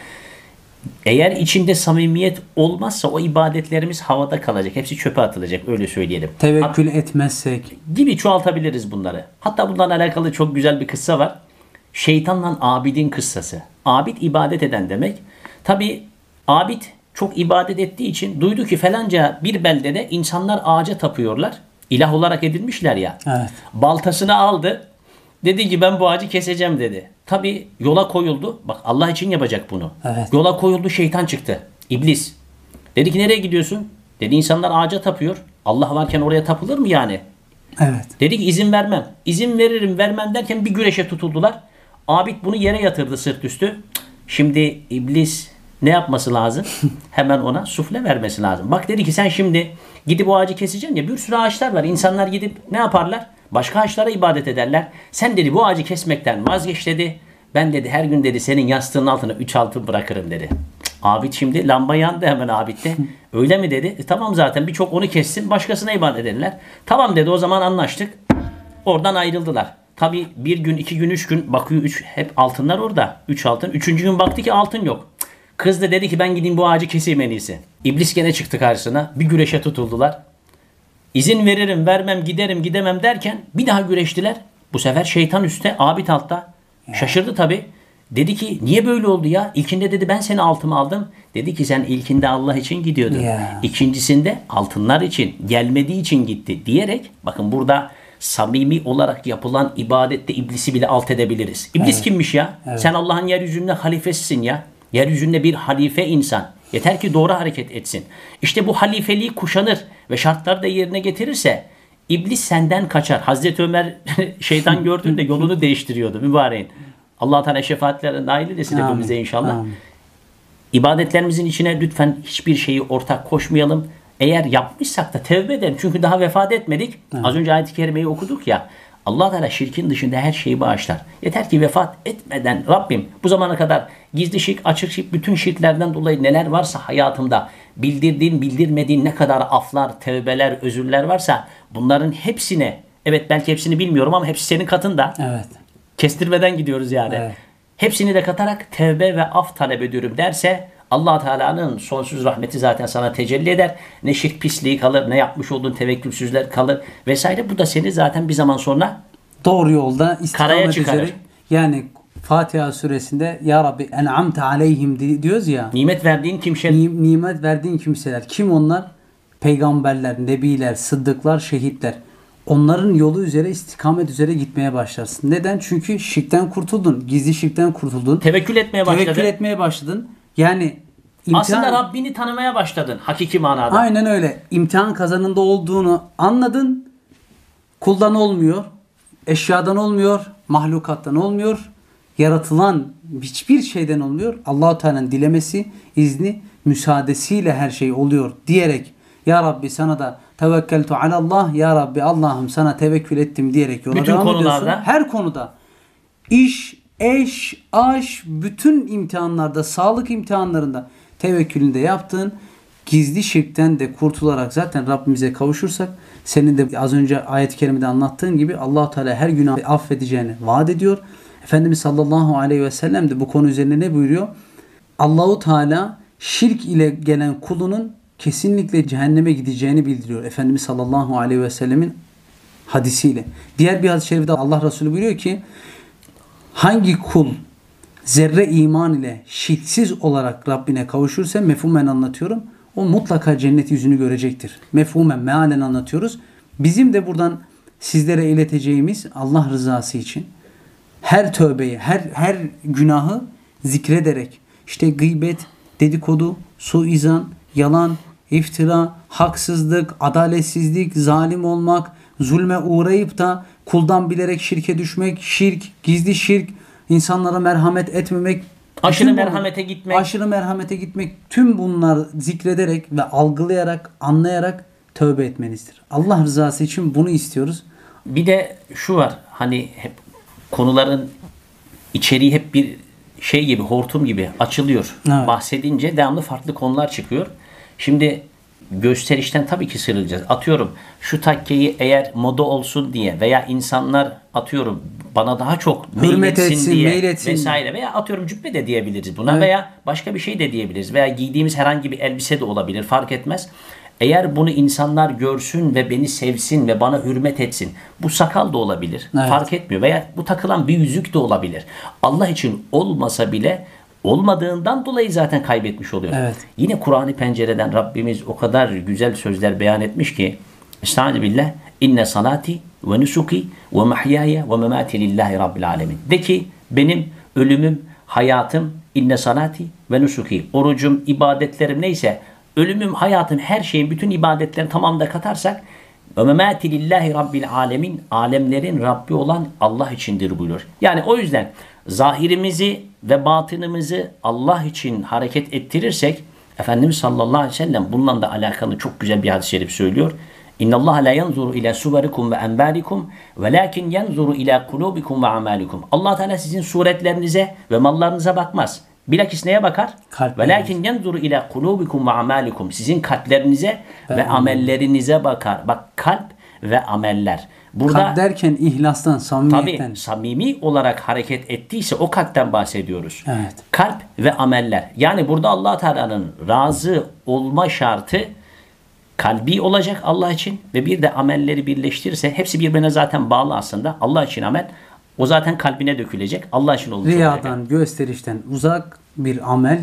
Eğer içinde samimiyet olmazsa o ibadetlerimiz havada kalacak. Hepsi çöpe atılacak öyle söyleyelim. Tevekkül etmezsek. Gibi çoğaltabiliriz bunları. Hatta bundan alakalı çok güzel bir kıssa var. Şeytanla abidin kıssası. Abid ibadet eden demek. Tabi abid çok ibadet ettiği için duydu ki falanca bir beldede insanlar ağaca tapıyorlar. İlah olarak edilmişler ya. Evet. Baltasını aldı. Dedi ki ben bu ağacı keseceğim dedi. Tabi yola koyuldu. Bak Allah için yapacak bunu. Evet. Yola koyuldu şeytan çıktı. İblis. Dedi ki nereye gidiyorsun? Dedi insanlar ağaca tapıyor. Allah varken oraya tapılır mı yani? Evet. Dedi ki izin vermem. İzin veririm vermem derken bir güreşe tutuldular. Abid bunu yere yatırdı sırt üstü. Şimdi iblis ne yapması lazım? Hemen ona sufle vermesi lazım. Bak dedi ki sen şimdi gidip o ağacı keseceksin ya, bir sürü ağaçlar var. İnsanlar gidip ne yaparlar? Başka ağaçlara ibadet ederler. Sen dedi bu ağacı kesmekten vazgeç dedi. Ben dedi her gün dedi senin yastığının altına 3 altın bırakırım dedi. Abid şimdi lamba yandı hemen Abid'de. Öyle mi dedi? Tamam zaten birçok onu kessin başkasına ibadet ederler. Tamam dedi o zaman anlaştık. Oradan ayrıldılar. Tabi bir gün, 2 gün, 3 gün bakıyor hep altınlar orada. 3 altın. 3. gün baktı ki altın yok. Kız da dedi ki ben gideyim bu ağacı keseyim en iyisi. İblis gene çıktı karşısına. Bir güreşe tutuldular. İzin veririm, vermem, giderim, gidemem derken bir daha güreştiler. Bu sefer şeytan üstte, Abid altta. Şaşırdı tabi. Dedi ki niye böyle oldu ya? İlkinde dedi ben seni altıma aldım. Dedi ki sen ilkinde Allah için gidiyordun. İkincisinde altınlar için, gelmediği için gitti diyerek bakın burada samimi olarak yapılan ibadette iblisi bile alt edebiliriz. İblis kimmiş ya? Sen Allah'ın yeryüzünde halifesisin ya. Yeryüzünde bir halife insan. Yeter ki doğru hareket etsin. İşte bu halifeliği kuşanır ve şartları da yerine getirirse iblis senden kaçar. Hazreti Ömer şeytan gördüğünde yolunu değiştiriyordu mübareğin. Allah-u Teala şefaatlerine dahil eylesin hepimize inşallah. Amin. İbadetlerimizin içine lütfen hiçbir şeyi ortak koşmayalım. Eğer yapmışsak da tevbe edelim. Çünkü daha vefat etmedik. Az önce ayet-i kerimeyi okuduk ya. Allah Teala şirkin dışında her şeyi bağışlar. Yeter ki vefat etmeden Rabbim bu zamana kadar gizli şirk, açık şirk, bütün şirklerden dolayı neler varsa hayatımda bildirdiğin, bildirmediğin ne kadar aflar, tevbeler, özürler varsa bunların hepsine, evet belki hepsini bilmiyorum ama hepsi senin katında. Evet. Kestirmeden gidiyoruz yani. Evet. Hepsini de katarak tevbe ve af talep ediyorum derse Allah Teala'nın sonsuz rahmeti zaten sana tecelli eder. Ne şirk pisliği kalır, ne yapmış olduğun tevekkülsüzler kalır vesaire. Bu da seni zaten bir zaman sonra doğru yolda karaya istikamet çıkarır. üzere. Yani Fatiha suresinde Ya Rabbi en'amte aleyhim diyoruz ya. Nimet verdiğin kimseler. Nimet verdiğin kimseler. Kim onlar? Peygamberler, nebiler, sıddıklar, şehitler. Onların yolu üzere, istikamet üzere gitmeye başlarsın. Neden? Çünkü şirkten kurtuldun. Gizli şirkten kurtuldun. Tevekkül etmeye başladın. Tevekkül etmeye başladın. Yani aslında Rabbini tanımaya başladın hakiki manada. Aynen öyle. İmtihan kazanında olduğunu anladın. Kuldan olmuyor. Eşyadan olmuyor. Mahlukattan olmuyor. Yaratılan hiçbir şeyden olmuyor. Allah-u Teala'nın dilemesi, izni, müsaadesiyle her şey oluyor diyerek Ya Rabbi sana da tevekkeltu alallah, Ya Rabbi Allah'ım sana tevekkül ettim diyerek yola bütün devam konularda ediyorsun. Her konuda. İş, eş, aş, bütün imtihanlarda, sağlık imtihanlarında tevekkülünde yaptığın gizli şirkten de kurtularak zaten Rabbimize kavuşursak senin de az önce ayet-i kerimede anlattığın gibi Allah-u Teala her günahı affedeceğini vaat ediyor. Efendimiz sallallahu aleyhi ve sellem de bu konu üzerine ne buyuruyor? Allah-u Teala şirk ile gelen kulunun kesinlikle cehenneme gideceğini bildiriyor. Efendimiz sallallahu aleyhi ve sellemin hadisiyle. Diğer bir hadis-i şerifte Allah Resulü buyuruyor ki hangi kul zerre iman ile şirksiz olarak Rabbine kavuşursa mefhumen anlatıyorum. O mutlaka cennet yüzünü görecektir. Mefhumen, mealen anlatıyoruz. Bizim de buradan sizlere ileteceğimiz Allah rızası için her tövbeyi, her günahı zikrederek işte gıybet, dedikodu, suizan, yalan, iftira, haksızlık, adaletsizlik, zalim olmak, zulme uğrayıp da kuldan bilerek şirke düşmek, şirk, gizli şirk, insanlara merhamet etmemek, aşırı merhamete gitmek, tüm bunlar zikrederek ve algılayarak, anlayarak tövbe etmenizdir. Allah rızası için bunu istiyoruz. Bir de şu var, hani hep konuların içeriği hep bir şey gibi, hortum gibi açılıyor. Evet. Bahsedince devamlı farklı konular çıkıyor. Şimdi gösterişten tabii ki sıyrılacağız. Atıyorum şu takkeyi eğer moda olsun diye veya insanlar atıyorum bana daha çok hürmet etsin diye mail etsin vesaire veya atıyorum cübbe de diyebiliriz buna, evet, veya başka bir şey de diyebiliriz veya giydiğimiz herhangi bir elbise de olabilir, fark etmez. Eğer bunu insanlar görsün ve beni sevsin ve bana hürmet etsin. Bu sakal da olabilir. Evet. Fark etmiyor. Veya bu takılan bir yüzük de olabilir. Allah için olmasa bile olmadığından dolayı zaten kaybetmiş oluyor. Evet. Yine Kur'an-ı Pencere'den Rabbimiz o kadar güzel sözler beyan etmiş ki Estağfirullah inne salati ve nusuki ve mahyaya ve memati lillahi rabbil alemin. De ki benim ölümüm, hayatım inne salati ve nusuki. Orucum, ibadetlerim neyse ölümüm, hayatım, her şeyin, bütün ibadetlerin tamamını da katarsak ve memati lillahi rabbil alemin, alemlerin Rabbi olan Allah içindir buyuruyor. Yani o yüzden zahirimizi ve batınımızı Allah için hareket ettirirsek, Efendimiz sallallahu aleyhi ve sellem bununla da alakalı çok güzel bir hadis-i şerif söylüyor. İnna Allah la yanzuru ila suverikum ve enbalikum velakin yanzuru ila kulubikum ve amalikum. Allah Teala sizin suretlerinize ve mallarınıza bakmaz. Bilakis neye bakar? Velakin yanzuru ila kulubikum ve amalikum. Sizin kalplerinize ve amellerinize bakar. Bak, kalp ve ameller. Burada kalp derken ihlastan, samimiyetten. Tabii samimi olarak hareket ettiyse o kalpten bahsediyoruz. Evet. Kalp ve ameller. Yani burada Allah Teala'nın razı olma şartı kalbi olacak Allah için ve bir de amelleri birleştirirse, hepsi birbirine zaten bağlı aslında. Allah için amel, o zaten kalbine dökülecek. Allah için olacak. Riyadan, gösterişten uzak bir amel,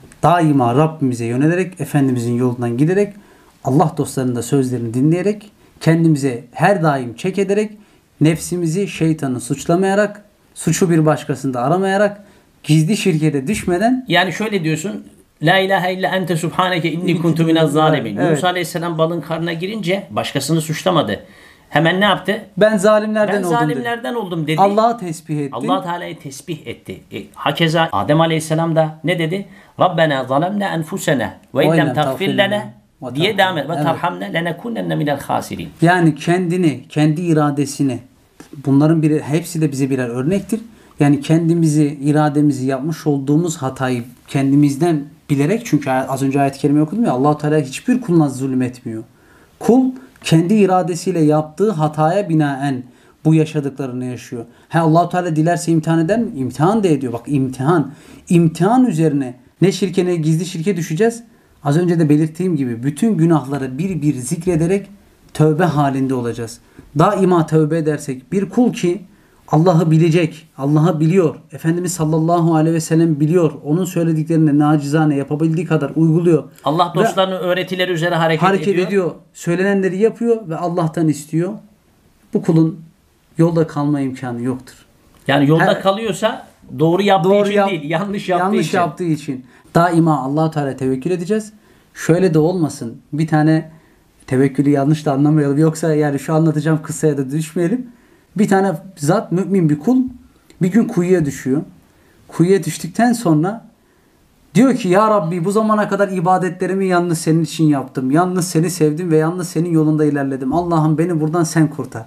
daima Rabbimize yönelerek, Efendimizin yolundan giderek, Allah dostlarının da sözlerini dinleyerek, kendimize her daim çek ederek, nefsimizi, şeytanı suçlamayarak, suçu bir başkasında aramayarak, gizli şirkete düşmeden. Yani şöyle diyorsun: La ilahe illa ente subhaneke inni kuntu minez zalimin. Evet. Musa Aleyhisselam balın karnına girince başkasını suçlamadı. Hemen ne yaptı? Ben zalimlerden oldum dedi. Allah'ı tesbih etti. Allah Teala'yı tesbih etti. Hakeza Adem Aleyhisselam da ne dedi? Rabbena zalemna enfusena ve illem tagfir lana diye devam et. Ve terhamna lenekunenne minel hasirin. Yani kendini, kendi iradesini, bunların hepsi de bize birer örnektir. Yani kendimizi, irademizi, yapmış olduğumuz hatayı kendimizden bilerek, çünkü az önce ayet-i kerime okudum ya, Allah Teala hiçbir kuluna zulüm etmiyor. Kul kendi iradesiyle yaptığı hataya binaen bu yaşadıklarını yaşıyor. Allah Teala dilerse imtihan eder mi? İmtihan da ediyor. Bak, imtihan. İmtihan üzerine ne şirke ne gizli şirke düşeceğiz. Az önce de belirttiğim gibi bütün günahları bir bir zikrederek tövbe halinde olacağız. Daima tövbe edersek, bir kul ki Allah'ı bilecek, Allah'ı biliyor, Efendimiz sallallahu aleyhi ve sellem biliyor, onun söylediklerini nacizane yapabildiği kadar uyguluyor. Allah dostlarının öğretileri üzere hareket ediyor. Söylenenleri yapıyor ve Allah'tan istiyor. Bu kulun yolda kalma imkanı yoktur. Yani yolda kalıyorsa doğru yaptığı için değil, yanlış yaptığı için. Daima Allah-u Teala tevekkül edeceğiz. Şöyle de olmasın. Bir tane tevekkülü yanlış da anlamayalım. Yoksa yani şu anlatacağım kıssaya da düşmeyelim. Bir tane zat, mümin bir kul, bir gün kuyuya düşüyor. Kuyuya düştükten sonra diyor ki, ya Rabbi, bu zamana kadar ibadetlerimi yalnız senin için yaptım. Yalnız seni sevdim ve yalnız senin yolunda ilerledim. Allah'ım, beni buradan sen kurtar.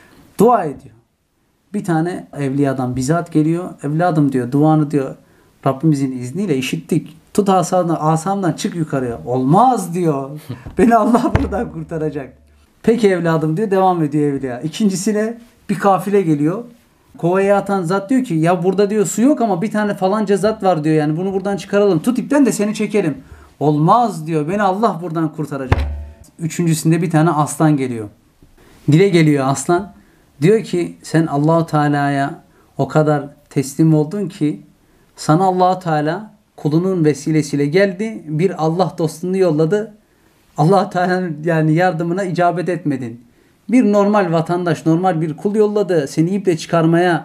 Dua ediyor. Bir tane evliyadan bizzat geliyor. Evladım diyor, duanı diyor Rabbimizin izniyle işittik. Tut asamdan çık yukarıya. Olmaz diyor. Beni Allah buradan kurtaracak. Peki evladım diyor, devam ediyor evliya. İkincisine bir kafile geliyor. Kovaya atan zat diyor ki, ya burada diyor su yok ama bir tane falanca zat var diyor, yani bunu buradan çıkaralım. Tut ipten de seni çekelim. Olmaz diyor, beni Allah buradan kurtaracak. Üçüncüsünde bir tane aslan geliyor. Dile geliyor aslan. Diyor ki, sen Allah-u Teala'ya o kadar teslim oldun ki sana Allah-u Teala kulunun vesilesiyle geldi. Bir Allah dostunu yolladı. Allah-u Teala'nın yani yardımına icabet etmedin. Bir normal vatandaş, normal bir kul yolladı. Seni iple çıkarmaya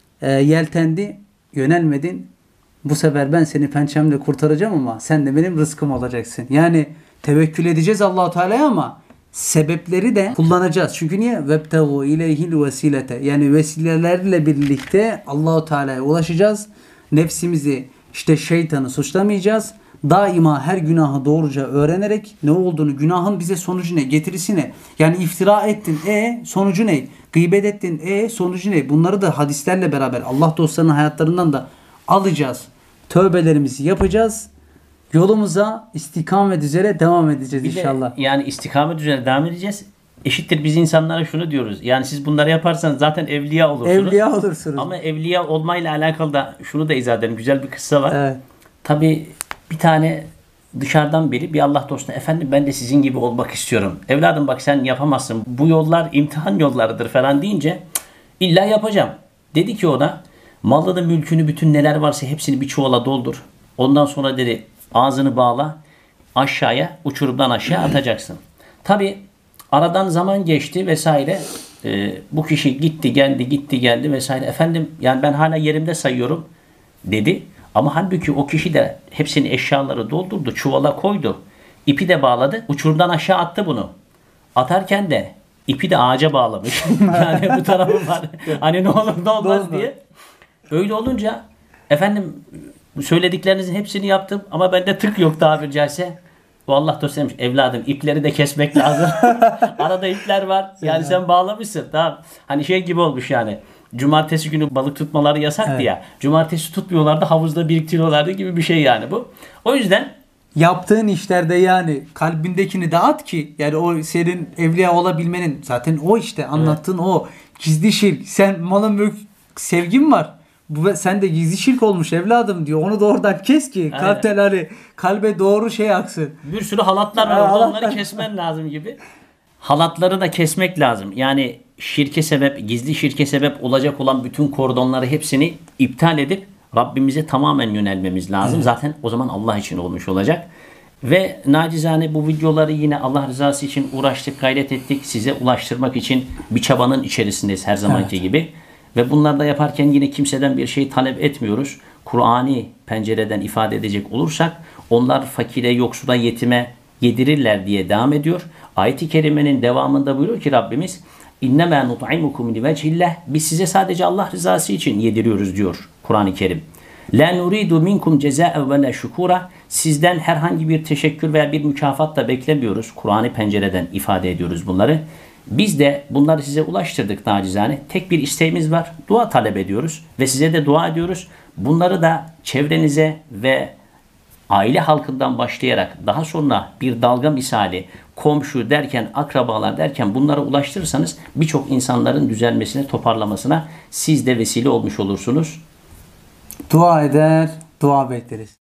yeltendi. Yönelmedin. Bu sefer ben seni pençemle kurtaracağım ama sen de benim rızkım olacaksın. Yani tevekkül edeceğiz Allah-u Teala'ya ama sebepleri de kullanacağız. Çünkü niye? Vebtehu ileyhil vesilete. Yani vesilelerle birlikte Allah-u Teala'ya ulaşacağız. Nefsimizi, işte şeytanı suçlamayacağız. Daima her günahı doğruca öğrenerek ne olduğunu, günahın bize sonucu ne, getirisi ne? Yani iftira ettin, sonucu ne? Gıybet ettin, sonucu ne? Bunları da hadislerle beraber Allah dostlarının hayatlarından da alacağız. Tövbelerimizi yapacağız. Yolumuza istikamet üzere devam edeceğiz inşallah. Yani istikamet üzere devam edeceğiz. Eşittir biz insanlara şunu diyoruz. Yani siz bunları yaparsanız zaten evliya olursunuz. Evliya olursunuz. Ama evliya olmayla alakalı da şunu da izah edelim. Güzel bir kıssa var. Evet. Tabii bir tane dışarıdan biri bir Allah dostuna, efendim ben de sizin gibi olmak istiyorum. Evladım bak sen yapamazsın. Bu yollar imtihan yollarıdır falan deyince illa yapacağım. Dedi ki ona, malını, mülkünü, bütün neler varsa hepsini bir çuvala doldur. Ondan sonra dedi ağzını bağla, aşağıya, uçurumdan aşağı atacaksın. Tabii aradan zaman geçti vesaire. Bu kişi gitti geldi vesaire. Efendim yani ben hala yerimde sayıyorum dedi. Ama halbuki o kişi de hepsini, eşyaları doldurdu, çuvala koydu. İpi de bağladı. Uçurumdan aşağı attı bunu. Atarken de ipi de ağaca bağlamış. Yani bu tarafı var. Hani ne olur ne olmaz diye. Öyle olunca efendim söylediklerinizin hepsini yaptım ama bende tık yok tabiri caizse. O Allah dostu demiş, evladım ipleri de kesmek lazım. Arada ipler var. Yani sen bağlamışsın. Tamam. Hani şey gibi olmuş yani. Cumartesi günü balık tutmaları yasaktı ya. Cumartesi tutmuyorlardı, havuzda biriktiriyorlardı gibi bir şey yani bu. O yüzden yaptığın işlerde yani kalbindekini dağıt ki yani o senin evliya olabilmenin zaten o işte anlattığın o gizli şirk. Sen malın mülk sevgin var. Bu sen de gizli şirk olmuş evladım diyor. Onu da oradan kes ki kalpten hani kalbe doğru şey aksın. bir sürü halatlar var orada, onları kesmen lazım gibi. Halatları da kesmek lazım. Yani şirke sebep, gizli şirke sebep olacak olan bütün kordonları hepsini iptal edip Rabbimize tamamen yönelmemiz lazım. Zaten o zaman Allah için olmuş olacak. Ve nacizane bu videoları yine Allah rızası için uğraştık, gayret ettik. Size ulaştırmak için bir çabanın içerisindeyiz her zamanki gibi. Ve bunları da yaparken yine kimseden bir şey talep etmiyoruz. Kur'ani pencereden ifade edecek olursak onlar fakire, yoksula, yetime yedirirler diye devam ediyor. Ayet-i kerimenin devamında buyuruyor ki Rabbimiz İnnemâ nut'imukum livecihillah, biz size sadece Allah rızası için yediriyoruz diyor Kur'an-ı Kerim. La nuridu minkum cezâ'en ve la şukura, sizden herhangi bir teşekkür veya bir mükafat da beklemiyoruz. Kur'an-ı pencereden ifade ediyoruz bunları. Biz de bunları size ulaştırdık nacizane. Tek bir isteğimiz var. Dua talep ediyoruz ve size de dua ediyoruz. Bunları da çevrenize ve aile halkından başlayarak daha sonra bir dalga misali komşu derken, akrabalar derken bunlara ulaştırırsanız birçok insanların düzelmesine, toparlamasına siz de vesile olmuş olursunuz. Dua eder, dua bekleriz.